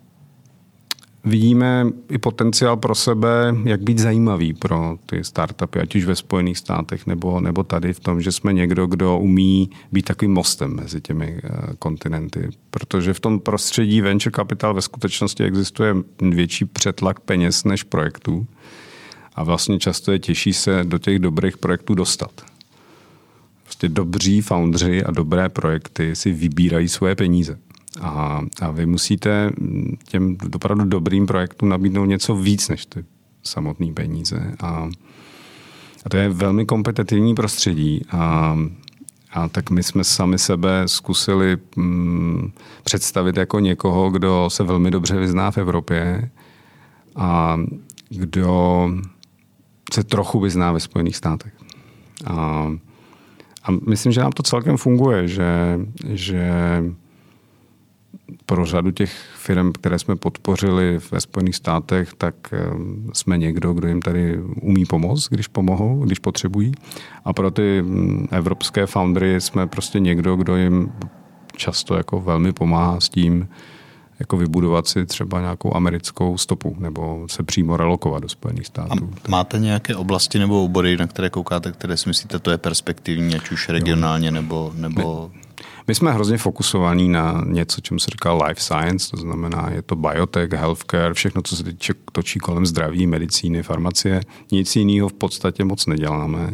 Speaker 3: vidíme i potenciál pro sebe, jak být zajímavý pro ty startupy, ať už ve Spojených státech nebo, nebo tady v tom, že jsme někdo, kdo umí být takovým mostem mezi těmi kontinenty. Protože v tom prostředí venture capital ve skutečnosti existuje větší přetlak peněz než projektů a vlastně často je těžší se do těch dobrých projektů dostat. Prostě dobří foundři a dobré projekty si vybírají svoje peníze. A, a vy musíte těm opravdu dobrým projektům nabídnout něco víc než ty samotné peníze. A, a to je velmi kompetitivní prostředí. A, A tak my jsme sami sebe zkusili mm, představit jako někoho, kdo se velmi dobře vyzná v Evropě a kdo se trochu vyzná ve Spojených státech. A, a myslím, že nám to celkem funguje, že, že pro řadu těch firm, které jsme podpořili ve Spojených státech, tak jsme někdo, kdo jim tady umí pomoct, když pomohou, když potřebují. A pro ty evropské foundry jsme prostě někdo, kdo jim často jako velmi pomáhá s tím, jako vybudovat si třeba nějakou americkou stopu nebo se přímo relokovat do Spojených států.
Speaker 1: A máte nějaké oblasti nebo obory, na které koukáte, které si myslíte, to je perspektivní, ať už regionálně nebo... nebo...
Speaker 3: My, my jsme hrozně fokusovaní na něco, čemu se říká life science, to znamená, je to biotech, healthcare, všechno, co se točí kolem zdraví, medicíny, farmacie. Nic jiného v podstatě moc neděláme.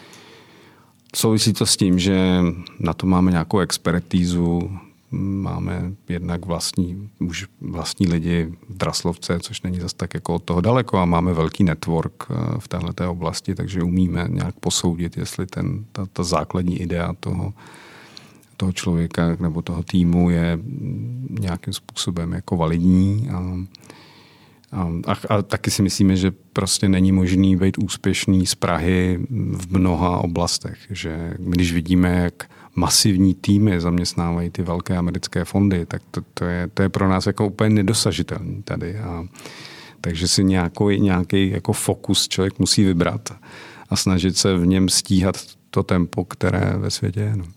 Speaker 3: Souvisí to s tím, že na to máme nějakou expertízu, máme jednak vlastní, už vlastní lidi v Draslovce, což není zas tak jako od toho daleko a máme velký network v téhleté oblasti, takže umíme nějak posoudit, jestli ten, ta, ta základní idea toho, toho člověka nebo toho týmu je nějakým způsobem jako validní. A, a, a taky si myslíme, že prostě není možný být úspěšný z Prahy v mnoha oblastech. Že když vidíme, jak masivní týmy zaměstnávají ty velké americké fondy, tak to, to, je, to je pro nás jako úplně nedosažitelný tady. A, takže si nějakou, nějaký jako fokus člověk musí vybrat a snažit se v něm stíhat to tempo, které ve světě je. No.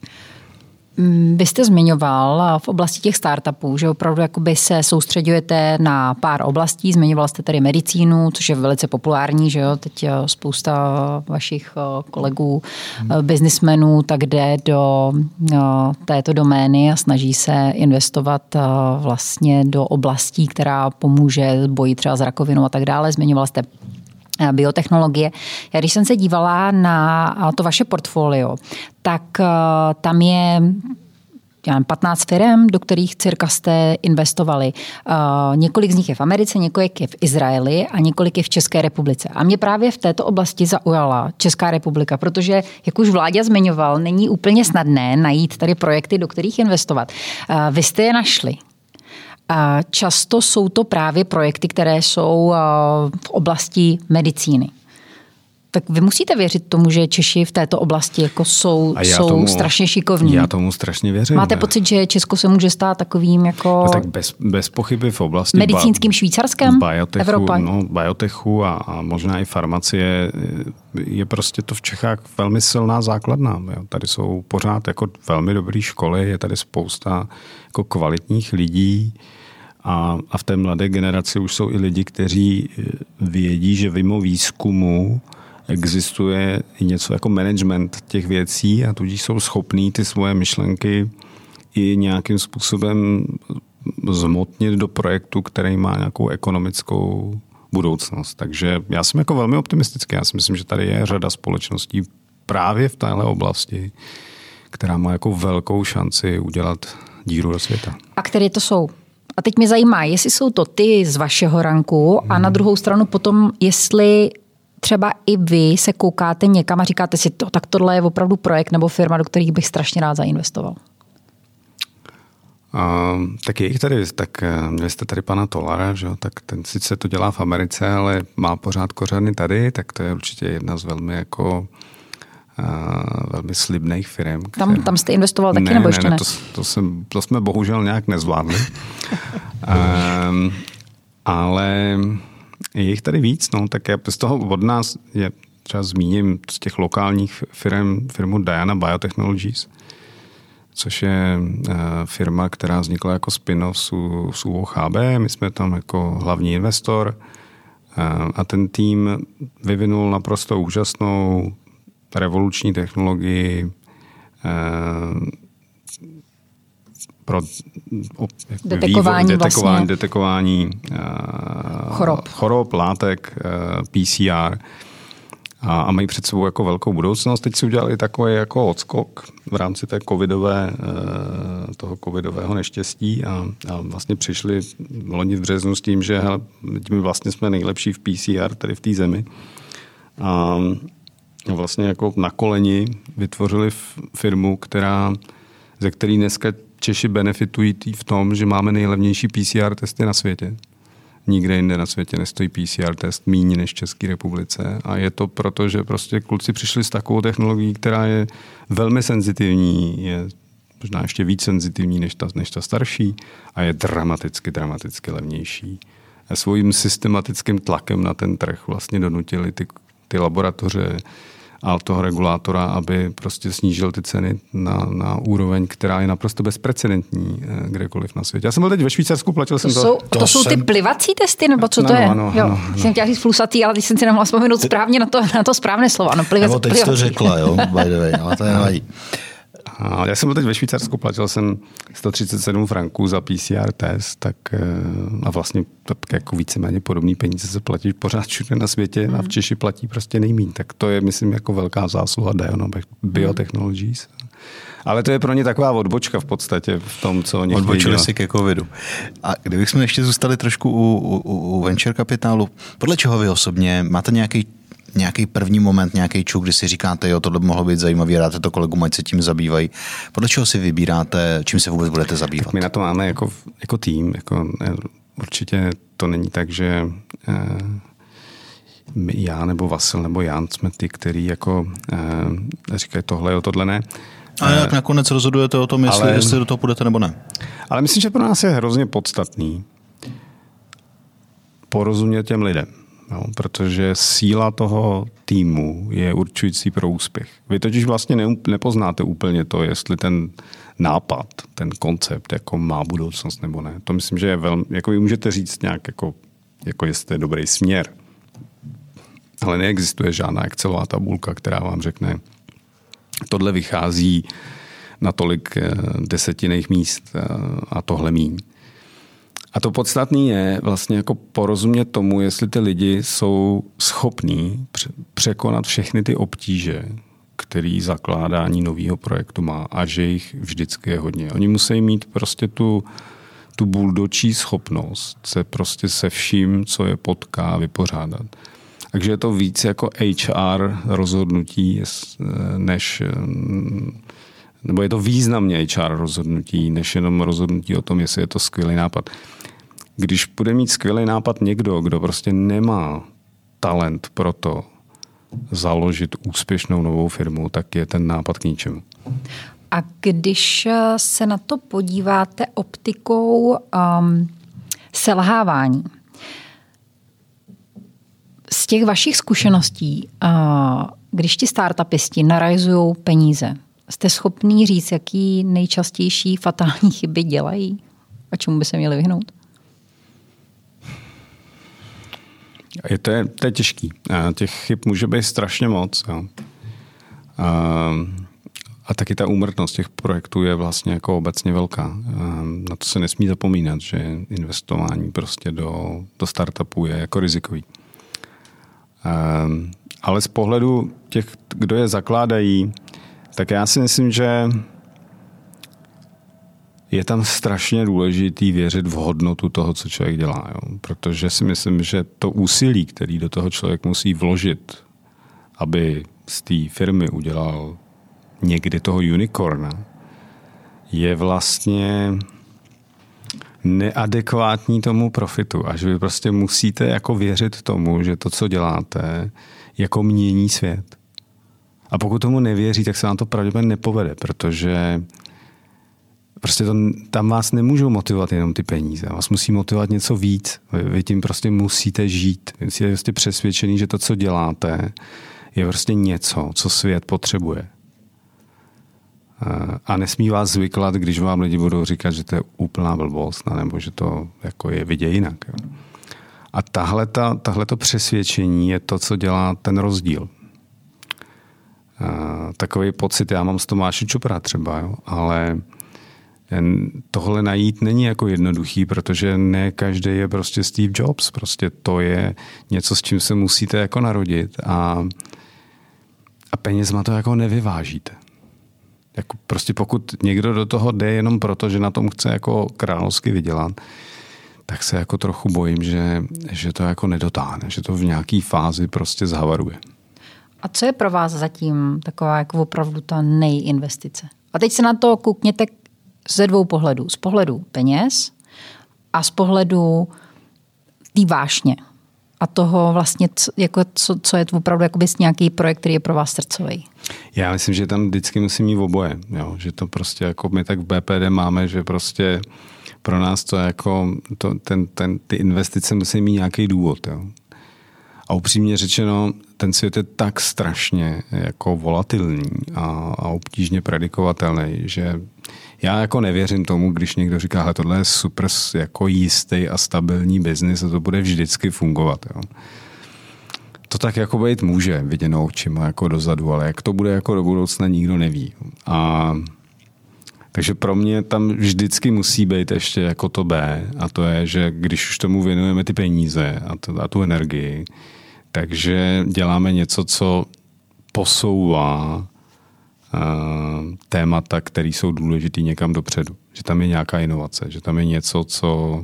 Speaker 2: Vy jste zmiňoval v oblasti těch startupů, že opravdu jakoby se soustředujete na pár oblastí. Zmiňoval jste tady medicínu, což je velice populární, že jo? Teď spousta vašich kolegů, hmm. biznismenů, tak jde do této domény a snaží se investovat vlastně do oblastí, která pomůže boji třeba s rakovinou a tak dále. Zmiňoval jste biotechnologie. Já když jsem se dívala na to vaše portfolio, tak tam je já nevím, patnáct firem, do kterých cirka jste investovali. Uh, několik z nich je v Americe, několik je v Izraeli a několik je v České republice. A mě právě v této oblasti zaujala Česká republika, protože, jak už Vláďa zmiňoval, není úplně snadné najít tady projekty, do kterých investovat. Uh, vy jste je našli. Často jsou to právě projekty, které jsou v oblasti medicíny. Tak vy musíte věřit tomu, že Češi v této oblasti jako jsou, jsou tomu, strašně šikovní.
Speaker 3: Já tomu strašně věřím.
Speaker 2: Máte ne? pocit, že Česko se může stát takovým jako...
Speaker 3: No tak bez, bez pochyby v oblasti...
Speaker 2: Medicínským
Speaker 3: ba-
Speaker 2: Švýcarskem?
Speaker 3: Biotechu,
Speaker 2: Evropa?
Speaker 3: No, biotechu a, a možná i farmacie je prostě to v Čechách velmi silná základna. Jo. Tady jsou pořád jako velmi dobré školy, je tady spousta jako kvalitních lidí. A, a v té mladé generaci už jsou i lidi, kteří vědí, že mimo výzkumu existuje i něco jako management těch věcí a tudíž jsou schopní ty svoje myšlenky i nějakým způsobem zmotnit do projektu, který má nějakou ekonomickou budoucnost. Takže já jsem jako velmi optimistický. Já si myslím, že tady je řada společností právě v téhle oblasti, která má jako velkou šanci udělat díru do světa.
Speaker 2: A které to jsou? A teď mě zajímá, jestli jsou to ty z vašeho ranku a na druhou stranu potom, jestli třeba i vy se koukáte někam a říkáte si, to, tak tohle je opravdu projekt nebo firma, do kterých bych strašně rád zainvestoval.
Speaker 3: Uh, tak je jich tady, tak vy jste tady pana Tolara, že? Tak ten sice to dělá v Americe, ale má pořád kořeny tady, tak to je určitě jedna z velmi jako Uh, velmi slibných firm.
Speaker 2: Tam, které... tam jste investoval taky,
Speaker 3: ne,
Speaker 2: nebo ještě ne?
Speaker 3: ne? To, to, jsem, to jsme bohužel nějak nezvládli. um, ale je jich tady víc. No, tak já z toho od nás je, třeba zmíním z těch lokálních firm, firmu Diana Biotechnologies, což je uh, firma, která vznikla jako spin-off z U O H B. My jsme tam jako hlavní investor uh, a ten tým vyvinul naprosto úžasnou revoluční technologii eh, pro
Speaker 2: detekování,
Speaker 3: vývoj, detekování,
Speaker 2: vlastně.
Speaker 3: detekování eh,
Speaker 2: chorob.
Speaker 3: chorob, látek, eh, P C R a, a mají před sebou jako velkou budoucnost. Teď si udělali takový jako odskok v rámci té covidové, eh, toho covidového neštěstí a, a vlastně přišli loni v březnu s tím, že hele, my vlastně jsme nejlepší v P C R, tady v té zemi. A vlastně jako na koleni vytvořili firmu, která, ze který dneska Češi benefitují v tom, že máme nejlevnější P C R testy na světě. Nikde jinde na světě nestojí P C R test míň než v České republice a je to proto, že prostě kluci přišli s takovou technologií, která je velmi senzitivní, je možná ještě víc senzitivní než ta, než ta starší a je dramaticky, dramaticky levnější. A svým systematickým tlakem na ten trh vlastně donutili ty, ty laboratoře a toho regulátora, aby prostě snížil ty ceny na, na úroveň, která je naprosto bezprecedentní kdekoliv na světě. Já jsem byl teď ve Švýcarsku, platil
Speaker 2: to
Speaker 3: jsem to.
Speaker 2: Jsou, to, to jsou
Speaker 3: jsem...
Speaker 2: ty plivací testy, nebo co
Speaker 3: no,
Speaker 2: to je?
Speaker 3: Ano,
Speaker 2: jo,
Speaker 3: ano, ano.
Speaker 2: Jsem chtěla říct flusatý, ale teď jsem si nemohla vzpomenout správně na to, na to správné slovo. Ano, plivací,
Speaker 1: nebo teď jsi to řekla, jo, by the way, ale to je nevadí.
Speaker 3: Já jsem byl teď ve Švýcarsku, platil jsem sto třicet sedm franků za P C R test, tak a vlastně tak jako víceméně podobný peníze se platí pořád všude na světě mm. a v Češi platí prostě nejmíň. Tak to je, myslím, jako velká zásluha Diona Biotechnologies. Mm. Ale to je pro ně taková odbočka v podstatě v tom, co oni
Speaker 1: odbočili si ke covidu. A kdybychom ještě zůstali trošku u, u, u venture kapitálu, podle čeho vy osobně máte nějaký nějaký první moment, nějaký čuk, kdy si říkáte, jo, tohle by mohlo být zajímavý, dáte to kolegům, ať se tím zabývají. Podle čeho si vybíráte, čím se vůbec budete zabývat?
Speaker 3: Tak my na to máme jako, jako tým. Jako, určitě to není tak, že eh, my, já nebo Vasil nebo Jan jsme ty, který jako eh, říkají tohle, jo, tohle ne.
Speaker 1: A jak nakonec rozhodujete o tom, jestli, ale, jestli do toho půjdete nebo ne?
Speaker 3: Ale myslím, že pro nás je hrozně podstatný porozumět těm lidem. No, protože síla toho týmu je určující pro úspěch. Vy totiž vlastně ne, nepoznáte úplně to, jestli ten nápad, ten koncept jako má budoucnost nebo ne. To myslím, že je velmi, jako vy můžete říct nějak, jako, jako jestli je dobrý směr. Ale neexistuje žádná Excelová tabulka, která vám řekne, tohle vychází na tolik desetinných míst a tohle míň. A to podstatné je vlastně jako porozumět tomu, jestli ty lidi jsou schopní překonat všechny ty obtíže, který zakládání nového projektu má a že jich vždycky je hodně. Oni musí mít prostě tu, tu buldočí schopnost se prostě se vším, co je potká, vypořádat. Takže je to víc jako H R rozhodnutí, než, nebo je to významně H R rozhodnutí, než jenom rozhodnutí o tom, jestli je to skvělý nápad. Když bude mít skvělý nápad někdo, kdo prostě nemá talent pro to založit úspěšnou novou firmu, tak je ten nápad k ničemu.
Speaker 2: A když se na to podíváte optikou um, selhávání, z těch vašich zkušeností, uh, když ti startupisti narajzují peníze, jste schopný říct, jaký nejčastější fatální chyby dělají a čemu by se měli vyhnout?
Speaker 3: Je to, je, to je těžký. Těch chyb může být strašně moc. Jo. A, a taky ta úmrtnost těch projektů je vlastně jako obecně velká. A na to se nesmí zapomínat, že investování prostě do, do startupů je jako rizikový. A, ale z pohledu těch, kdo je zakládají, tak já si myslím, že je tam strašně důležitý věřit v hodnotu toho, co člověk dělá. Jo? Protože si myslím, že to úsilí, který do toho člověk musí vložit, aby z té firmy udělal někdy toho unicorna, je vlastně neadekvátní tomu profitu. A že vy prostě musíte jako věřit tomu, že to, co děláte, jako mění svět. A pokud tomu nevěří, tak se vám to pravděpodobně nepovede, protože prostě to, tam vás nemůžou motivovat jenom ty peníze. Vás musí motivovat něco víc. Vy, vy tím prostě musíte žít. Vy jste prostě přesvědčený, že to, co děláte, je prostě něco, co svět potřebuje. A nesmí vás zvyklat, když vám lidi budou říkat, že to je úplná blbost, nebo že to jako je vidět jinak. Jo. A tahle to přesvědčení je to, co dělá ten rozdíl. A takový pocit já mám z Tomáše Čupra třeba, jo, ale tohle najít není jako jednoduchý, protože ne každý je prostě Steve Jobs. Prostě to je něco, s čím se musíte jako narodit a, a penězma to jako nevyvážíte. Jako prostě pokud někdo do toho jde jenom proto, že na tom chce jako královsky vydělat, tak se jako trochu bojím, že, že to jako nedotáhne, že to v nějaký fázi prostě zhavaruje.
Speaker 2: A co je pro vás zatím taková jako opravdu ta nejinvestice? A teď se na to koukněte ze dvou pohledů. Z pohledu peněz a z pohledu té vášně. A toho vlastně, jako co, co je to opravdu jakoby nějaký projekt, který je pro vás srdcový.
Speaker 3: Já myslím, že tam vždycky musím mít oboje. Jo? Že to prostě jako my tak v B P D máme, že prostě pro nás to jako to, ten, ten, ty investice musí mít nějaký důvod. Jo? A upřímně řečeno, ten svět je tak strašně jako volatilní a, a obtížně predikovatelný, že já jako nevěřím tomu, když někdo říká, že tohle je super jako jistý a stabilní biznis a to bude vždycky fungovat. Jo. To tak jako být může, viděnou očima jako dozadu, ale jak to bude jako do budoucna, nikdo neví. A takže pro mě tam vždycky musí být ještě jako to B a to je, že když už tomu věnujeme ty peníze a, to, a tu energii, takže děláme něco, co posouvá témata, které jsou důležitý někam dopředu. Že tam je nějaká inovace, že tam je něco, co,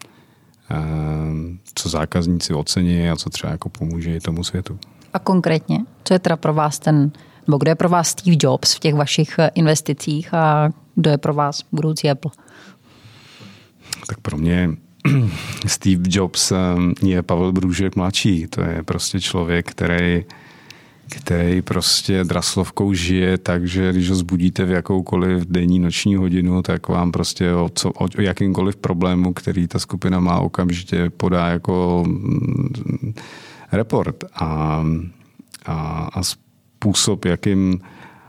Speaker 3: co zákazníci ocení a co třeba jako pomůže i tomu světu.
Speaker 2: A konkrétně, co je teda pro vás ten, nebo kdo je pro vás Steve Jobs v těch vašich investicích a kdo je pro vás budoucí Apple?
Speaker 3: Tak pro mě Steve Jobs je Pavel Brůžek mladší. To je prostě člověk, který který prostě draslovkou žije, takže když ho zbudíte v jakoukoliv denní noční hodinu, tak vám prostě o, co, o jakýmkoliv problému, který ta skupina má, okamžitě podá jako report. A, a, a způsob, jakým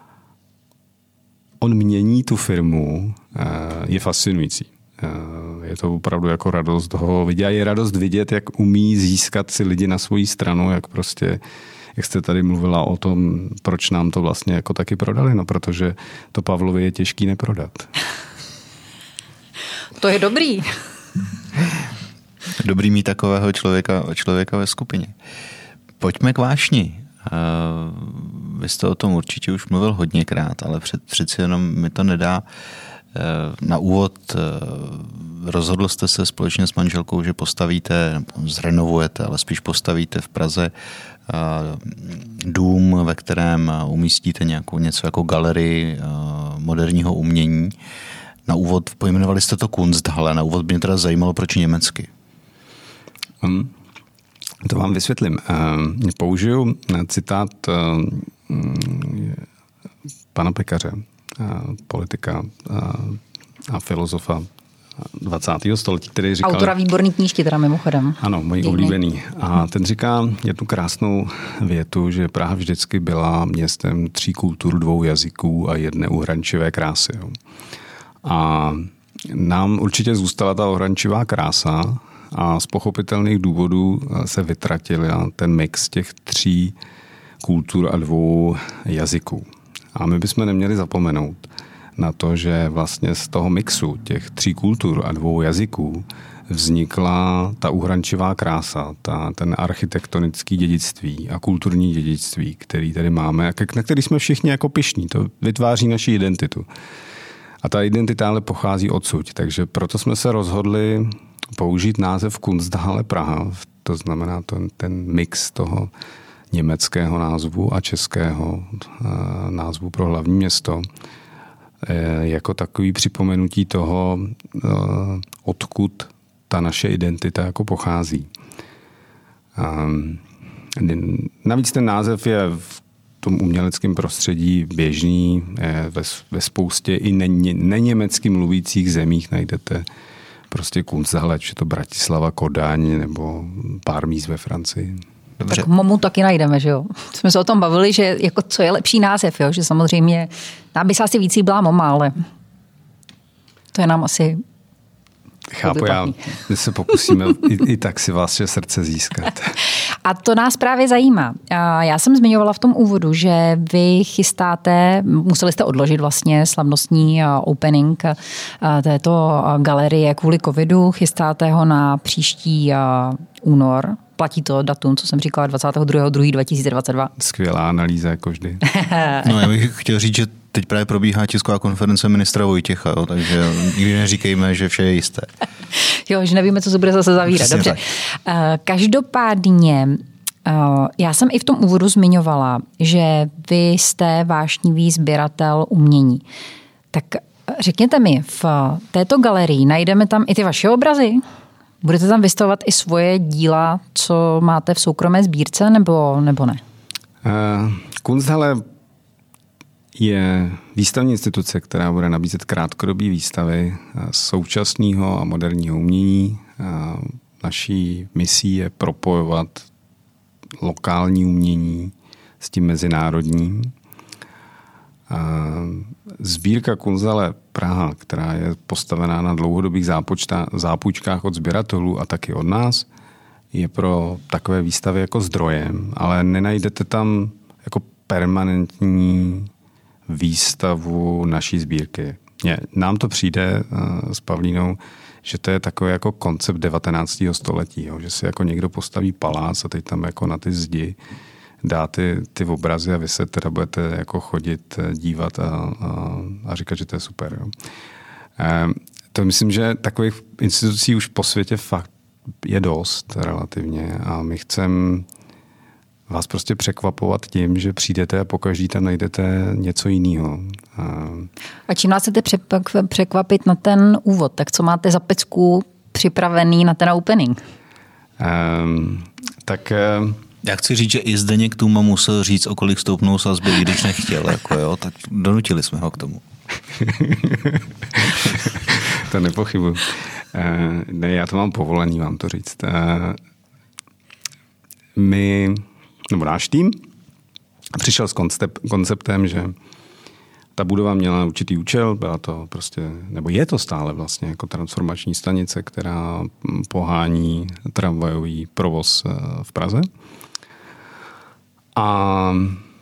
Speaker 3: on mění tu firmu, je fascinující. Je to opravdu jako radost toho vidět. Je radost vidět, jak umí získat si lidi na svoji stranu, jak prostě jak jste tady mluvila o tom, proč nám to vlastně jako taky prodali, no protože to Pavlovi je těžký neprodat.
Speaker 2: To je dobrý.
Speaker 1: Dobrý mít takového člověka, člověka ve skupině. Pojďme k vášni. Vy jste o tom určitě už mluvil hodněkrát, ale před, přeci jenom mi to nedá. Na úvod rozhodl jste se společně s manželkou, že postavíte, nebo zrenovujete, ale spíš postavíte v Praze dům, ve kterém umístíte nějakou, něco jako galerii moderního umění. Na úvod pojmenovali jste to Kunsthalle. Na úvod by mě teda zajímalo, proč německy.
Speaker 3: Hmm. To vám vysvětlím. Použiju citát pana Pekaře, politika a filozofa dvacátého století, který říkal...
Speaker 2: Autora výborný knížky teda mimochodem.
Speaker 3: Ano, můj oblíbený. A ten říká jednu krásnou větu, že Praha vždycky byla městem tří kultur, dvou jazyků a jedné uhrančivé krásy. A nám určitě zůstala ta uhrančivá krása a z pochopitelných důvodů se vytratil ten mix těch tří kultur a dvou jazyků. A my bychom neměli zapomenout na to, že vlastně z toho mixu těch tří kultur a dvou jazyků vznikla ta uhrančivá krása, ta, ten architektonický dědictví a kulturní dědictví, který tady máme a na který jsme všichni jako pyšní. To vytváří naši identitu. A ta identita ale pochází odsud, takže proto jsme se rozhodli použít název Kunsthalle Praha, to znamená ten, ten mix toho německého názvu a českého názvu pro hlavní město, jako takový připomenutí toho, odkud ta naše identita jako pochází. Navíc ten název je v tom uměleckém prostředí běžný, ve, ve spoustě i ne, neněmecky mluvících zemích najdete prostě Kunsthalle, či to Bratislava, Kodaň nebo pár míst ve Francii.
Speaker 2: Dobře. Tak Momu taky najdeme, že jo? Jsme se o tom bavili, že jako co je lepší název, jo? Že samozřejmě nám by se asi víc byla Moma, ale to je nám asi...
Speaker 3: Chápu, já, my se pokusíme i, i tak si vaše srdce získat.
Speaker 2: A to nás právě zajímá. Já jsem zmiňovala v tom úvodu, že vy chystáte, museli jste odložit vlastně slavnostní opening této galerie kvůli covidu, chystáte ho na příští únor. Platí to datum, co jsem říkala, dvacátého druhého druhého dva tisíce dvacet dva.
Speaker 3: Skvělá analýza, jako vždy.
Speaker 1: No, já bych chtěl říct, že teď právě probíhá tisková konference ministra Vojtěcha, jo, takže nikdy neříkejme, že vše je jisté.
Speaker 2: Jo, že nevíme, co se bude zase zavírat. Dobře. Tak. Každopádně Já jsem i v tom úvodu zmiňovala, že vy jste vášnivý sběratel umění. Tak řekněte mi, v této galerii najdeme tam i ty vaše obrazy? Budete tam vystavovat i svoje díla, co máte v soukromé sbírce, nebo, nebo ne?
Speaker 3: Uh, Kunsthalle je výstavní instituce, která bude nabízet krátkodobé výstavy současného a moderního umění. Naší misí je propojovat lokální umění s tím mezinárodním. Sbírka Kunsthalle Praha, která je postavená na dlouhodobých zápůjčkách od sběratelů a taky od nás, je pro takové výstavy jako zdrojem, ale nenajdete tam jako permanentní výstavu naší sbírky. Ne, nám to přijde uh, s Pavlínou, že to je takový jako koncept devatenáctého století, jo, že si jako někdo postaví palác a teď tam jako na ty zdi dá ty, ty obrazy a vy se teda budete jako chodit, dívat a, a, a říkat, že to je super. Jo. Uh, to myslím, že takových institucí už po světě fakt je dost relativně a my chceme vás prostě překvapovat tím, že přijdete a pokaždý tam najdete něco jiného.
Speaker 2: A čím vás chcete překvapit na ten úvod? Tak co máte za pecku připravený na ten opening?
Speaker 3: Um, tak... Um,
Speaker 1: Já chci říct, že i Zdeněk Tůma musel říct, o kolik stoupnou sazby, když nechtěl. Jako jo, tak donutili jsme ho k tomu.
Speaker 3: To nepochybuji. Uh, ne, já to mám povolený vám to říct. Uh, my... nebo náš tým, přišel s konceptem, že ta budova měla určitý účel, byla to prostě, nebo je to stále vlastně jako transformační stanice, která pohání tramvajový provoz v Praze. A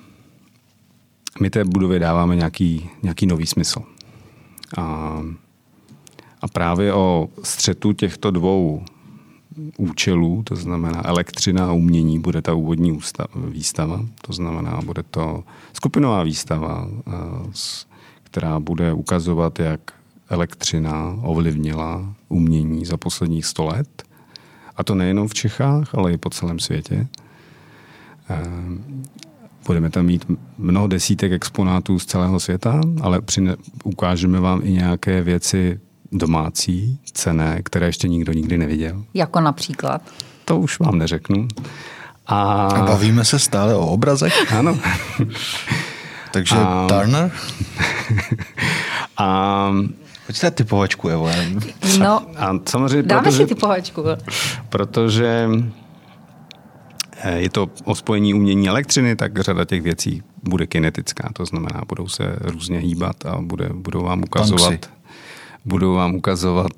Speaker 3: my té budově dáváme nějaký, nějaký nový smysl. A, a právě o střetu těchto dvou účelů, to znamená elektřina a umění, bude ta úvodní ústav, výstava. To znamená, bude to skupinová výstava, která bude ukazovat, jak elektřina ovlivnila umění za posledních sto let. A to nejenom v Čechách, ale i po celém světě. Budeme tam mít mnoho desítek exponátů z celého světa, ale přine, ukážeme vám i nějaké věci domácí, cenné, které ještě nikdo nikdy neviděl.
Speaker 2: Jako například?
Speaker 3: To už vám neřeknu. A,
Speaker 1: a bavíme se stále o obrazech?
Speaker 3: Ano.
Speaker 1: Takže a... Turner?
Speaker 3: a...
Speaker 1: Pojďte dát typovačku, Evo.
Speaker 2: No,
Speaker 3: a samozřejmě,
Speaker 2: dáme
Speaker 3: protože,
Speaker 2: si typovačku.
Speaker 3: Protože je to o spojení umění elektřiny, tak řada těch věcí bude kinetická. To znamená, budou se různě hýbat a bude, budou vám ukazovat... Punksy. Budou vám ukazovat,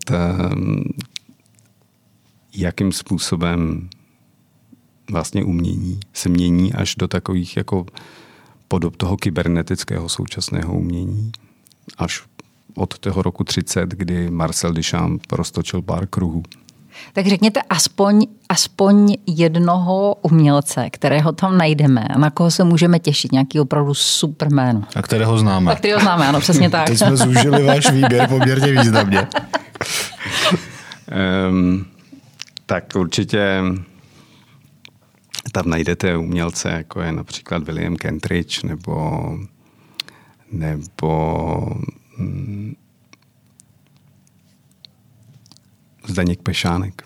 Speaker 3: jakým způsobem vlastně umění se mění až do takových jako podob toho kybernetického současného umění. Až od toho roku třicet, kdy Marcel Duchamp roztočil pár kruhů.
Speaker 2: Tak řekněte aspoň, aspoň jednoho umělce, kterého tam najdeme a na koho se můžeme těšit, nějaký opravdu super jméno.
Speaker 1: A kterého známe.
Speaker 2: A kterého známe, ano, přesně tak.
Speaker 1: Teď jsme zúžili váš výběr poměrně významně.
Speaker 3: um, tak určitě tam najdete umělce, jako je například William Kentridge nebo nebo hm, Zdeněk Pešánek.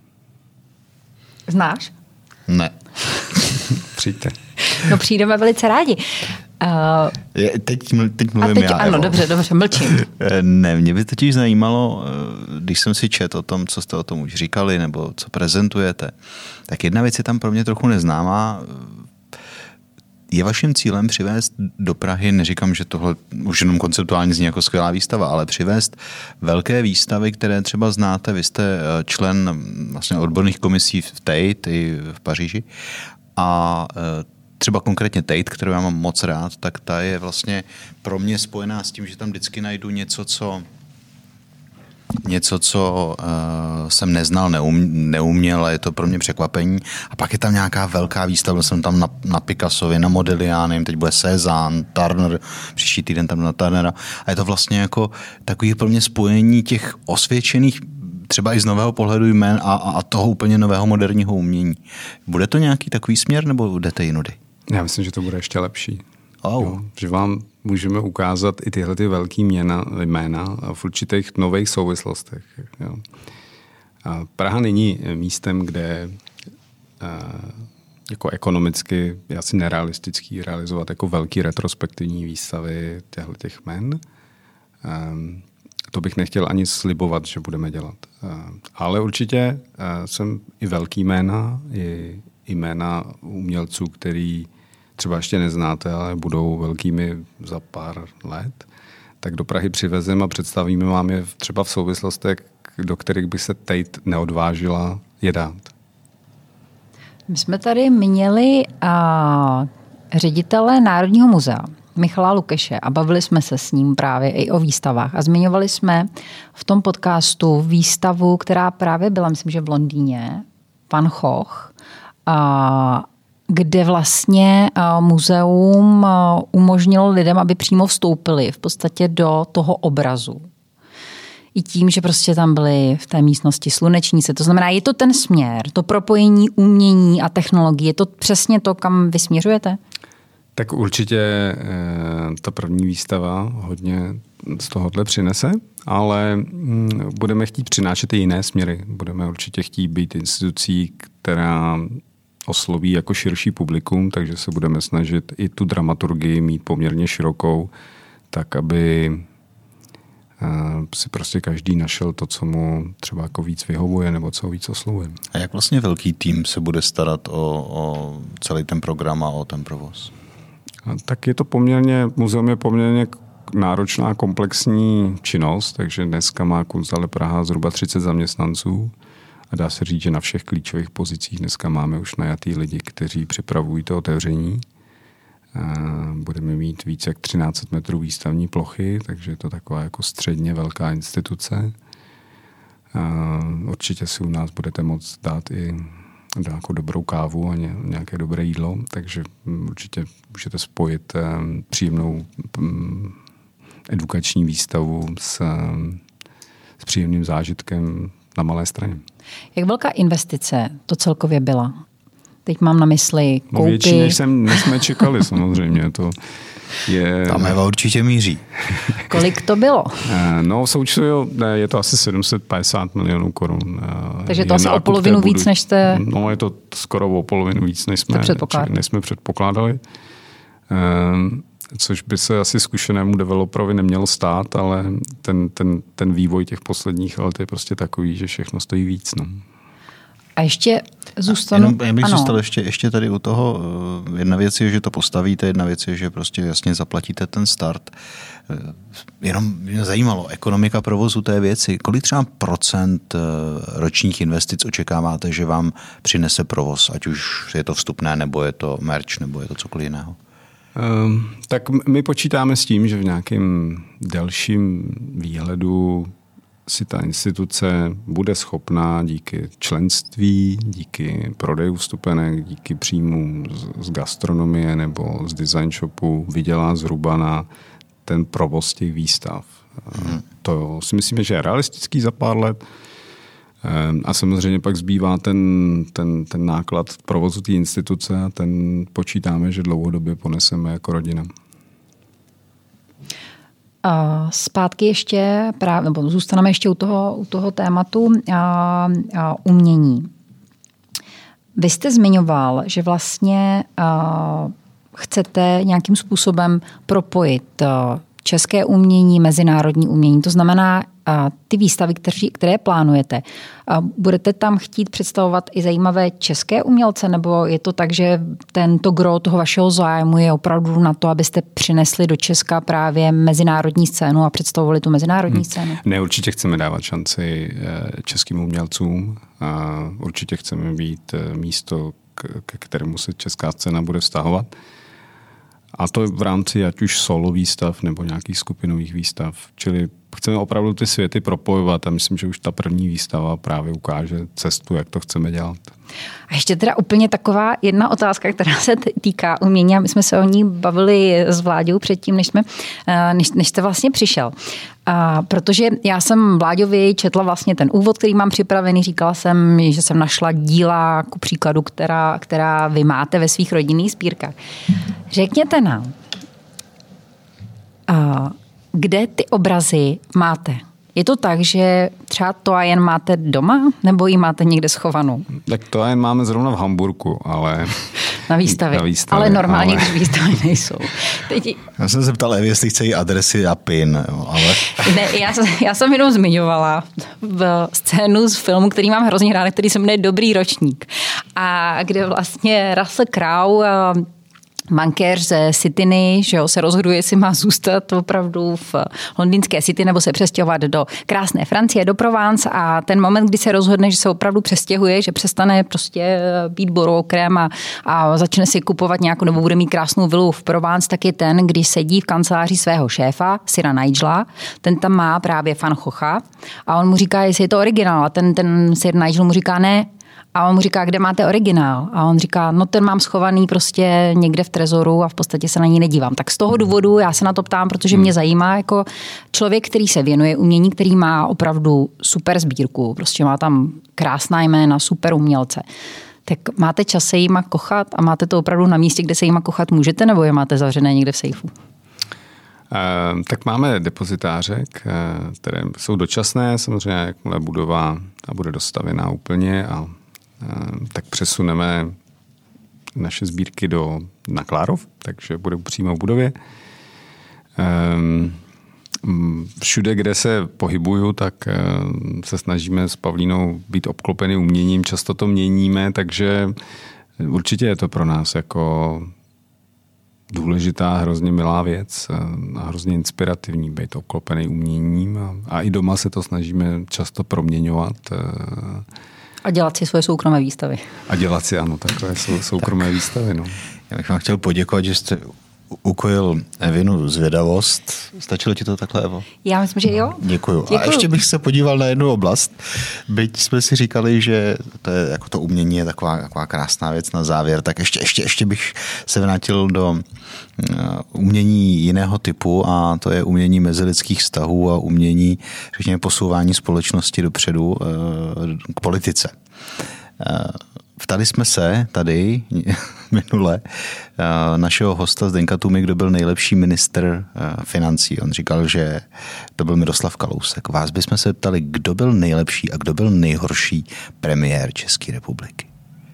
Speaker 2: Znáš?
Speaker 1: Ne.
Speaker 3: Přijďte.
Speaker 2: No přijdeme velice rádi. Uh,
Speaker 1: Je, teď, teď mluvím
Speaker 2: teď,
Speaker 1: já.
Speaker 2: Ano,
Speaker 1: Evo.
Speaker 2: dobře, dobře, mlčím.
Speaker 1: Ne, mě by totiž zajímalo, když jsem si četl o tom, co jste o tom už říkali, nebo co prezentujete, tak jedna věc je tam pro mě trochu neznámá. Je vaším cílem přivést do Prahy, neříkám, že tohle už jenom konceptuálně zní jako skvělá výstava, ale přivést velké výstavy, které třeba znáte. Vy jste člen vlastně odborných komisí v Tate i v Paříži a třeba konkrétně Tate, kterou já mám moc rád, tak ta je vlastně pro mě spojená s tím, že tam vždycky najdu něco, co něco, co uh, jsem neznal, neum, neuměl, a je to pro mě překvapení. A pak je tam nějaká velká výstava, byl jsem tam na, na Picassovi, na Modiglianem, teď bude Cézanne, Turner, příští týden tam na Turnera. A je to vlastně jako takový pro mě spojení těch osvědčených třeba i z nového pohledu jmén a, a toho úplně nového moderního umění. Bude to nějaký takový směr, nebo jdete jinudy?
Speaker 3: Já myslím, že to bude ještě lepší.
Speaker 1: Oh.
Speaker 3: Jo, že vám můžeme ukázat i tyhle ty velký jména, jména v určitých nových souvislostech. Jo. A Praha není místem, kde jako ekonomicky je asi nerealistický realizovat jako velký retrospektivní výstavy těchto těch jmen. To bych nechtěl ani slibovat, že budeme dělat. Ale určitě jsem i velký jména, i jména umělců, který třeba ještě neznáte, ale budou velkými za pár let, tak do Prahy přivezeme a představíme vám je třeba v souvislostech, do kterých by se teď neodvážila je dát.
Speaker 2: My jsme tady měli a, ředitele Národního muzea, Michala Lukeše, a bavili jsme se s ním právě i o výstavách. A zmiňovali jsme v tom podcastu výstavu, která právě byla, myslím, že v Londýně, Van Gogh, a, kde vlastně muzeum umožnilo lidem, aby přímo vstoupili v podstatě do toho obrazu. I tím, že prostě tam byly v té místnosti slunečníci. To znamená, je to ten směr, to propojení umění a technologie, je to přesně to, kam vy směřujete?
Speaker 3: Tak určitě ta první výstava hodně z tohohle přinese, ale budeme chtít přinášet i jiné směry. Budeme určitě chtít být institucí, která osloví jako širší publikum, takže se budeme snažit i tu dramaturgii mít poměrně širokou, tak aby si prostě každý našel to, co mu třeba jako víc vyhovuje nebo co víc oslovuje.
Speaker 1: A jak vlastně velký tým se bude starat o, o celý ten program a o ten provoz?
Speaker 3: A tak je to poměrně, muzeum je poměrně náročná komplexní činnost, takže dneska má Kunsthalle Praha zhruba třicet zaměstnanců a dá se říct, že na všech klíčových pozicích dneska máme už najatý lidi, kteří připravují to otevření. Budeme mít více jak třináct set metrů výstavní plochy, takže je to taková jako středně velká instituce. Určitě si u nás budete moct dát i jako dobrou kávu a nějaké dobré jídlo, takže určitě můžete spojit příjemnou edukační výstavu s, s příjemným zážitkem na malé straně.
Speaker 2: Jak velká investice to celkově byla? Teď mám na mysli koupy.
Speaker 3: No větší, než, jsem, než jsme čekali samozřejmě. To je...
Speaker 1: Tam Eva určitě míří.
Speaker 2: Kolik to bylo?
Speaker 3: No v součtu je to asi sedm set padesát milionů korun.
Speaker 2: Takže to asi o polovinu víc, než jste...
Speaker 3: No je to skoro o polovinu víc, než jsme,
Speaker 2: předpokládali.
Speaker 3: než jsme předpokládali. Což by se asi zkušenému developerovi nemělo stát, ale ten, ten, ten vývoj těch posledních let je prostě takový, že všechno stojí víc. No.
Speaker 2: A ještě zůstanu...
Speaker 1: Jenom, já bych zůstal ještě, ještě tady u toho. Jedna věc je, že to postavíte, jedna věc je, že prostě jasně zaplatíte ten start. Jenom mě zajímalo, ekonomika provozu té věci. Kolik třeba procent ročních investic očekáváte, že vám přinese provoz? Ať už je to vstupné, nebo je to merch, nebo je to cokoliv jiného?
Speaker 3: Um, tak my počítáme s tím, že v nějakém delším výhledu si ta instituce bude schopná díky členství, díky prodeju vstupenek, díky příjmům z, z gastronomie nebo z design shopu vydělat zhruba na ten provoz těch výstav. Hmm. To si myslíme, že je realistický za pár let. A samozřejmě pak zbývá ten, ten, ten náklad provozu té instituce a ten počítáme, že dlouhodobě poneseme jako rodina.
Speaker 2: Zpátky ještě, právě, nebo zůstaneme ještě u toho, u toho tématu a, a umění. Vy jste zmiňoval, že vlastně a, chcete nějakým způsobem propojit a, české umění, mezinárodní umění. To znamená, a, ty výstavy, které, které plánujete, a, budete tam chtít představovat i zajímavé české umělce, nebo je to tak, že tento gro toho vašeho zájmu je opravdu na to, abyste přinesli do Česka právě mezinárodní scénu a představovali tu mezinárodní hmm. scénu?
Speaker 3: Ne, určitě chceme dávat šanci českým umělcům. A určitě chceme být místo, ke kterému se česká scéna bude vztahovat. A to v rámci ať už solo výstav nebo nějakých skupinových výstav. Čili chceme opravdu ty světy propojovat a myslím, že už ta první výstava právě ukáže cestu, jak to chceme dělat.
Speaker 2: A ještě teda úplně taková jedna otázka, která se týká umění a my jsme se o ní bavili s Vláďou předtím, než, jsme, než, než jste vlastně přišel. A protože já jsem Vláďovi četla vlastně ten úvod, který mám připravený, říkala jsem, že jsem našla díla, ku příkladu, která, která vy máte ve svých rodinných sbírkách. Řekněte nám, a kde ty obrazy máte? Je to tak, že třeba to a jen máte doma, nebo ji máte někde schovanou?
Speaker 3: Tak to a jen máme zrovna v Hamburku, ale...
Speaker 2: Na výstavě.
Speaker 3: Na výstavě
Speaker 2: ale normálně,
Speaker 3: ale...
Speaker 2: když výstavy nejsou. Teď...
Speaker 1: Já jsem se ptal Evy, jestli chce jí adresy a pin, ale...
Speaker 2: Ne, já, jsem, já jsem jenom zmiňovala v scénu z filmu, který mám hrozně rád, který se jmenuje Dobrý ročník. A kde vlastně Russell Crowe, bankér ze Citiny, že jo, se rozhoduje, jestli má zůstat opravdu v londýnské City nebo se přestěhovat do krásné Francie, do Provence a ten moment, kdy se rozhodne, že se opravdu přestěhuje, že přestane prostě být boroukrem a, a začne si kupovat nějakou nebo bude mít krásnou vilu v Provence, tak je ten, když sedí v kanceláři svého šéfa, Sira Nigela, ten tam má právě Van Gogha a on mu říká, jestli je to originál a ten, ten Sir Nigel mu říká ne. A on mu říká, kde máte originál? A on říká, no ten mám schovaný prostě někde v trezoru a v podstatě se na ní nedívám. Tak z toho důvodu já se na to ptám, protože mě zajímá jako člověk, který se věnuje umění, který má opravdu super sbírku, prostě má tam krásná jména, super umělce. Tak máte čas se jima kochat a máte to opravdu na místě, kde se jima kochat můžete, nebo je máte zavřené někde v sejfu?
Speaker 3: Uh, tak máme depozitáře, které jsou dočasné, samozřejmě jakmile budova a bude dostavěná úplně a tak přesuneme naše sbírky do na Klárov, takže bude přímo v budově. Všude, kde se pohybuju, tak se snažíme s Pavlínou být obklopený uměním, často to měníme, takže určitě je to pro nás jako důležitá, hrozně milá věc a hrozně inspirativní být obklopený uměním a, a i doma se to snažíme často proměňovat.
Speaker 2: A dělat si svoje soukromé výstavy.
Speaker 3: A dělat si, ano, takové sou, soukromé tak. výstavy. No.
Speaker 1: Já bych vám chtěl poděkovat, že jste ukojil Evinu zvědavost. Stačilo ti to takhle, Evo?
Speaker 2: Já myslím, že jo.
Speaker 1: Děkuju.
Speaker 2: Děkuju.
Speaker 1: A ještě bych se podíval na jednu oblast. Byť jsme si říkali, že to, je, jako to umění je taková, taková krásná věc na závěr, tak ještě, ještě, ještě bych se vrátil do umění jiného typu a to je umění mezilidských vztahů a umění, řekněme, posouvání společnosti dopředu k politice. Ptali jsme se tady minule našeho hosta Zdeňka Tumy, kdo byl nejlepší ministr financí. On říkal, že to byl Miroslav Kalousek. Vás bychom se ptali, kdo byl nejlepší a kdo byl nejhorší premiér České republiky.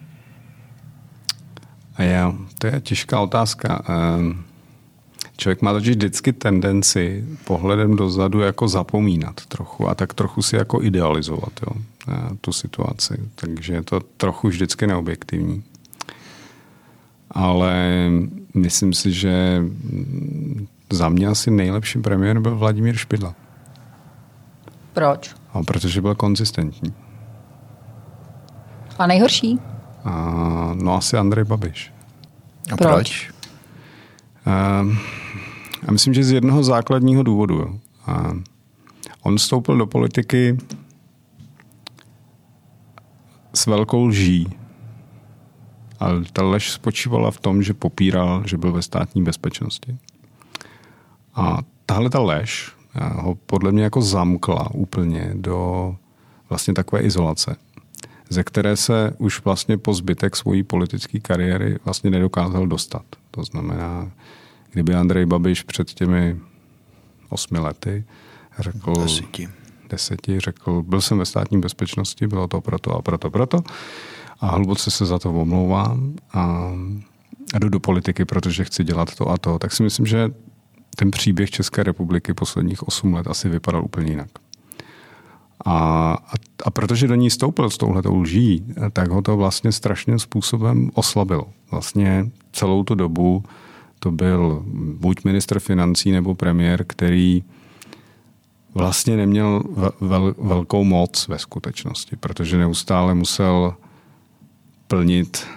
Speaker 3: A já, to je těžká otázka. Člověk má totiž vždycky tendenci pohledem dozadu jako zapomínat trochu a tak trochu si jako idealizovat, jo, tu situaci. Takže je to trochu vždycky neobjektivní. Ale myslím si, že za mě asi nejlepší premiér byl Vladimír Špidla.
Speaker 2: Proč?
Speaker 3: A protože byl konzistentní.
Speaker 2: A nejhorší?
Speaker 3: A, no asi Andrej Babiš.
Speaker 1: A proč? proč?
Speaker 3: A, a myslím, že z jednoho základního důvodu. Jo. A on vstoupil do politiky s velkou lží. Ale ta lež spočívala v tom, že popíral, že byl ve státní bezpečnosti. A tahle ta lež ho podle mě jako zamkla úplně do vlastně takové izolace, ze které se už vlastně po zbytek svojí politické kariéry vlastně nedokázal dostat. To znamená, kdyby Andrej Babiš před těmi osmi lety řekl...
Speaker 1: Deseti.
Speaker 3: Deseti řekl, byl jsem ve státní bezpečnosti, bylo to proto a proto, proto. A hluboce se za to omlouvám a, a jdu do politiky, protože chci dělat to a to. Tak si myslím, že ten příběh České republiky posledních osm let asi vypadal úplně jinak. A, a, a protože do ní stoupil s touhletou lží, tak ho to vlastně strašným způsobem oslabilo. Vlastně celou tu dobu to byl buď ministr financí nebo premiér, který vlastně neměl vel, velkou moc ve skutečnosti, protože neustále musel plnit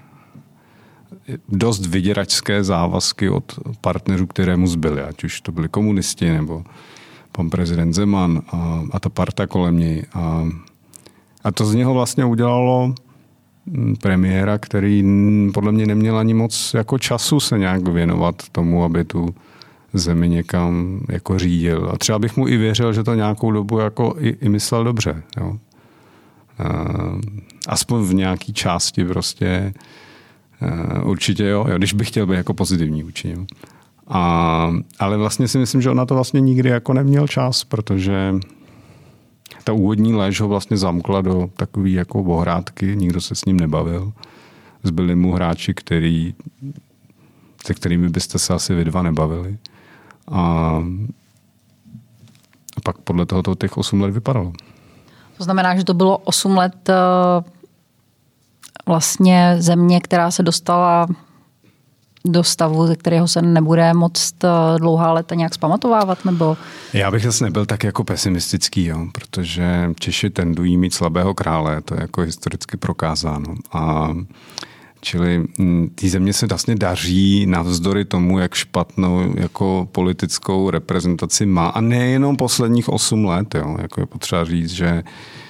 Speaker 3: dost vyděračské závazky od partnerů, které mu zbyly, ať už to byli komunisti nebo pan prezident Zeman a, a ta parta kolem něj. A, a to z něho vlastně udělalo premiéra, který podle mě neměl ani moc jako času se nějak věnovat tomu, aby tu zemi někam jako řídil. A třeba bych mu i věřil, že to nějakou dobu jako i, i myslel dobře. Jo. Aspoň v nějaký části prostě určitě jo, jo, když bych chtěl být jako pozitivní vůči němu. A, ale vlastně si myslím, že on na to vlastně nikdy jako neměl čas, protože ta úvodní léž ho vlastně zamkla do takový jako ohrádky, nikdo se s ním nebavil. Zbyli mu hráči, který, se kterými byste se asi vy dva nebavili. A, a pak podle toho to těch osm let vypadalo.
Speaker 2: To znamená, že to bylo osm let vlastně země, která se dostala do stavu, ze kterého se nebude moc dlouhá léta nějak zpamatovávat, nebo?
Speaker 3: Já bych zase nebyl tak jako pesimistický, jo, protože Češi tendují mít slabého krále, to je jako historicky prokázáno. A čili té země se vlastně daří navzdory tomu, jak špatnou jako politickou reprezentaci má. A nejenom posledních osm let, jo, jako je potřeba říct, že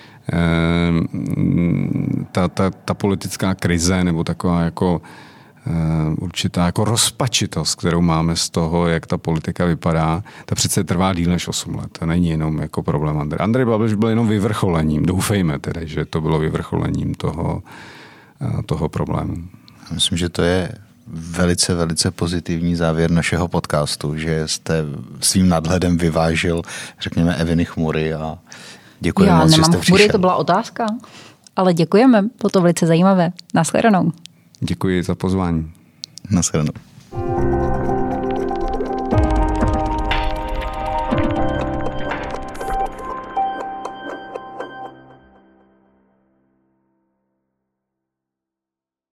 Speaker 3: ta, ta, ta politická krize nebo taková jako určitá jako rozpačitost, kterou máme z toho, jak ta politika vypadá, ta přece trvá díl než osm let. To není jenom jako problém Andrej. Andrej Babiš byl jenom vyvrcholením, doufejme tedy, že to bylo vyvrcholením toho, toho problému.
Speaker 1: Myslím, že to je velice, velice pozitivní závěr našeho podcastu, že jste svým nadhledem vyvážil, řekněme, Eviny chmury a děkujeme moc, že jste přišel. Já nemám chmury,
Speaker 2: to byla otázka, ale děkujeme, bylo to velice zajímavé. Nashledanou.
Speaker 3: Děkuji za pozvání.
Speaker 1: Nashledanou.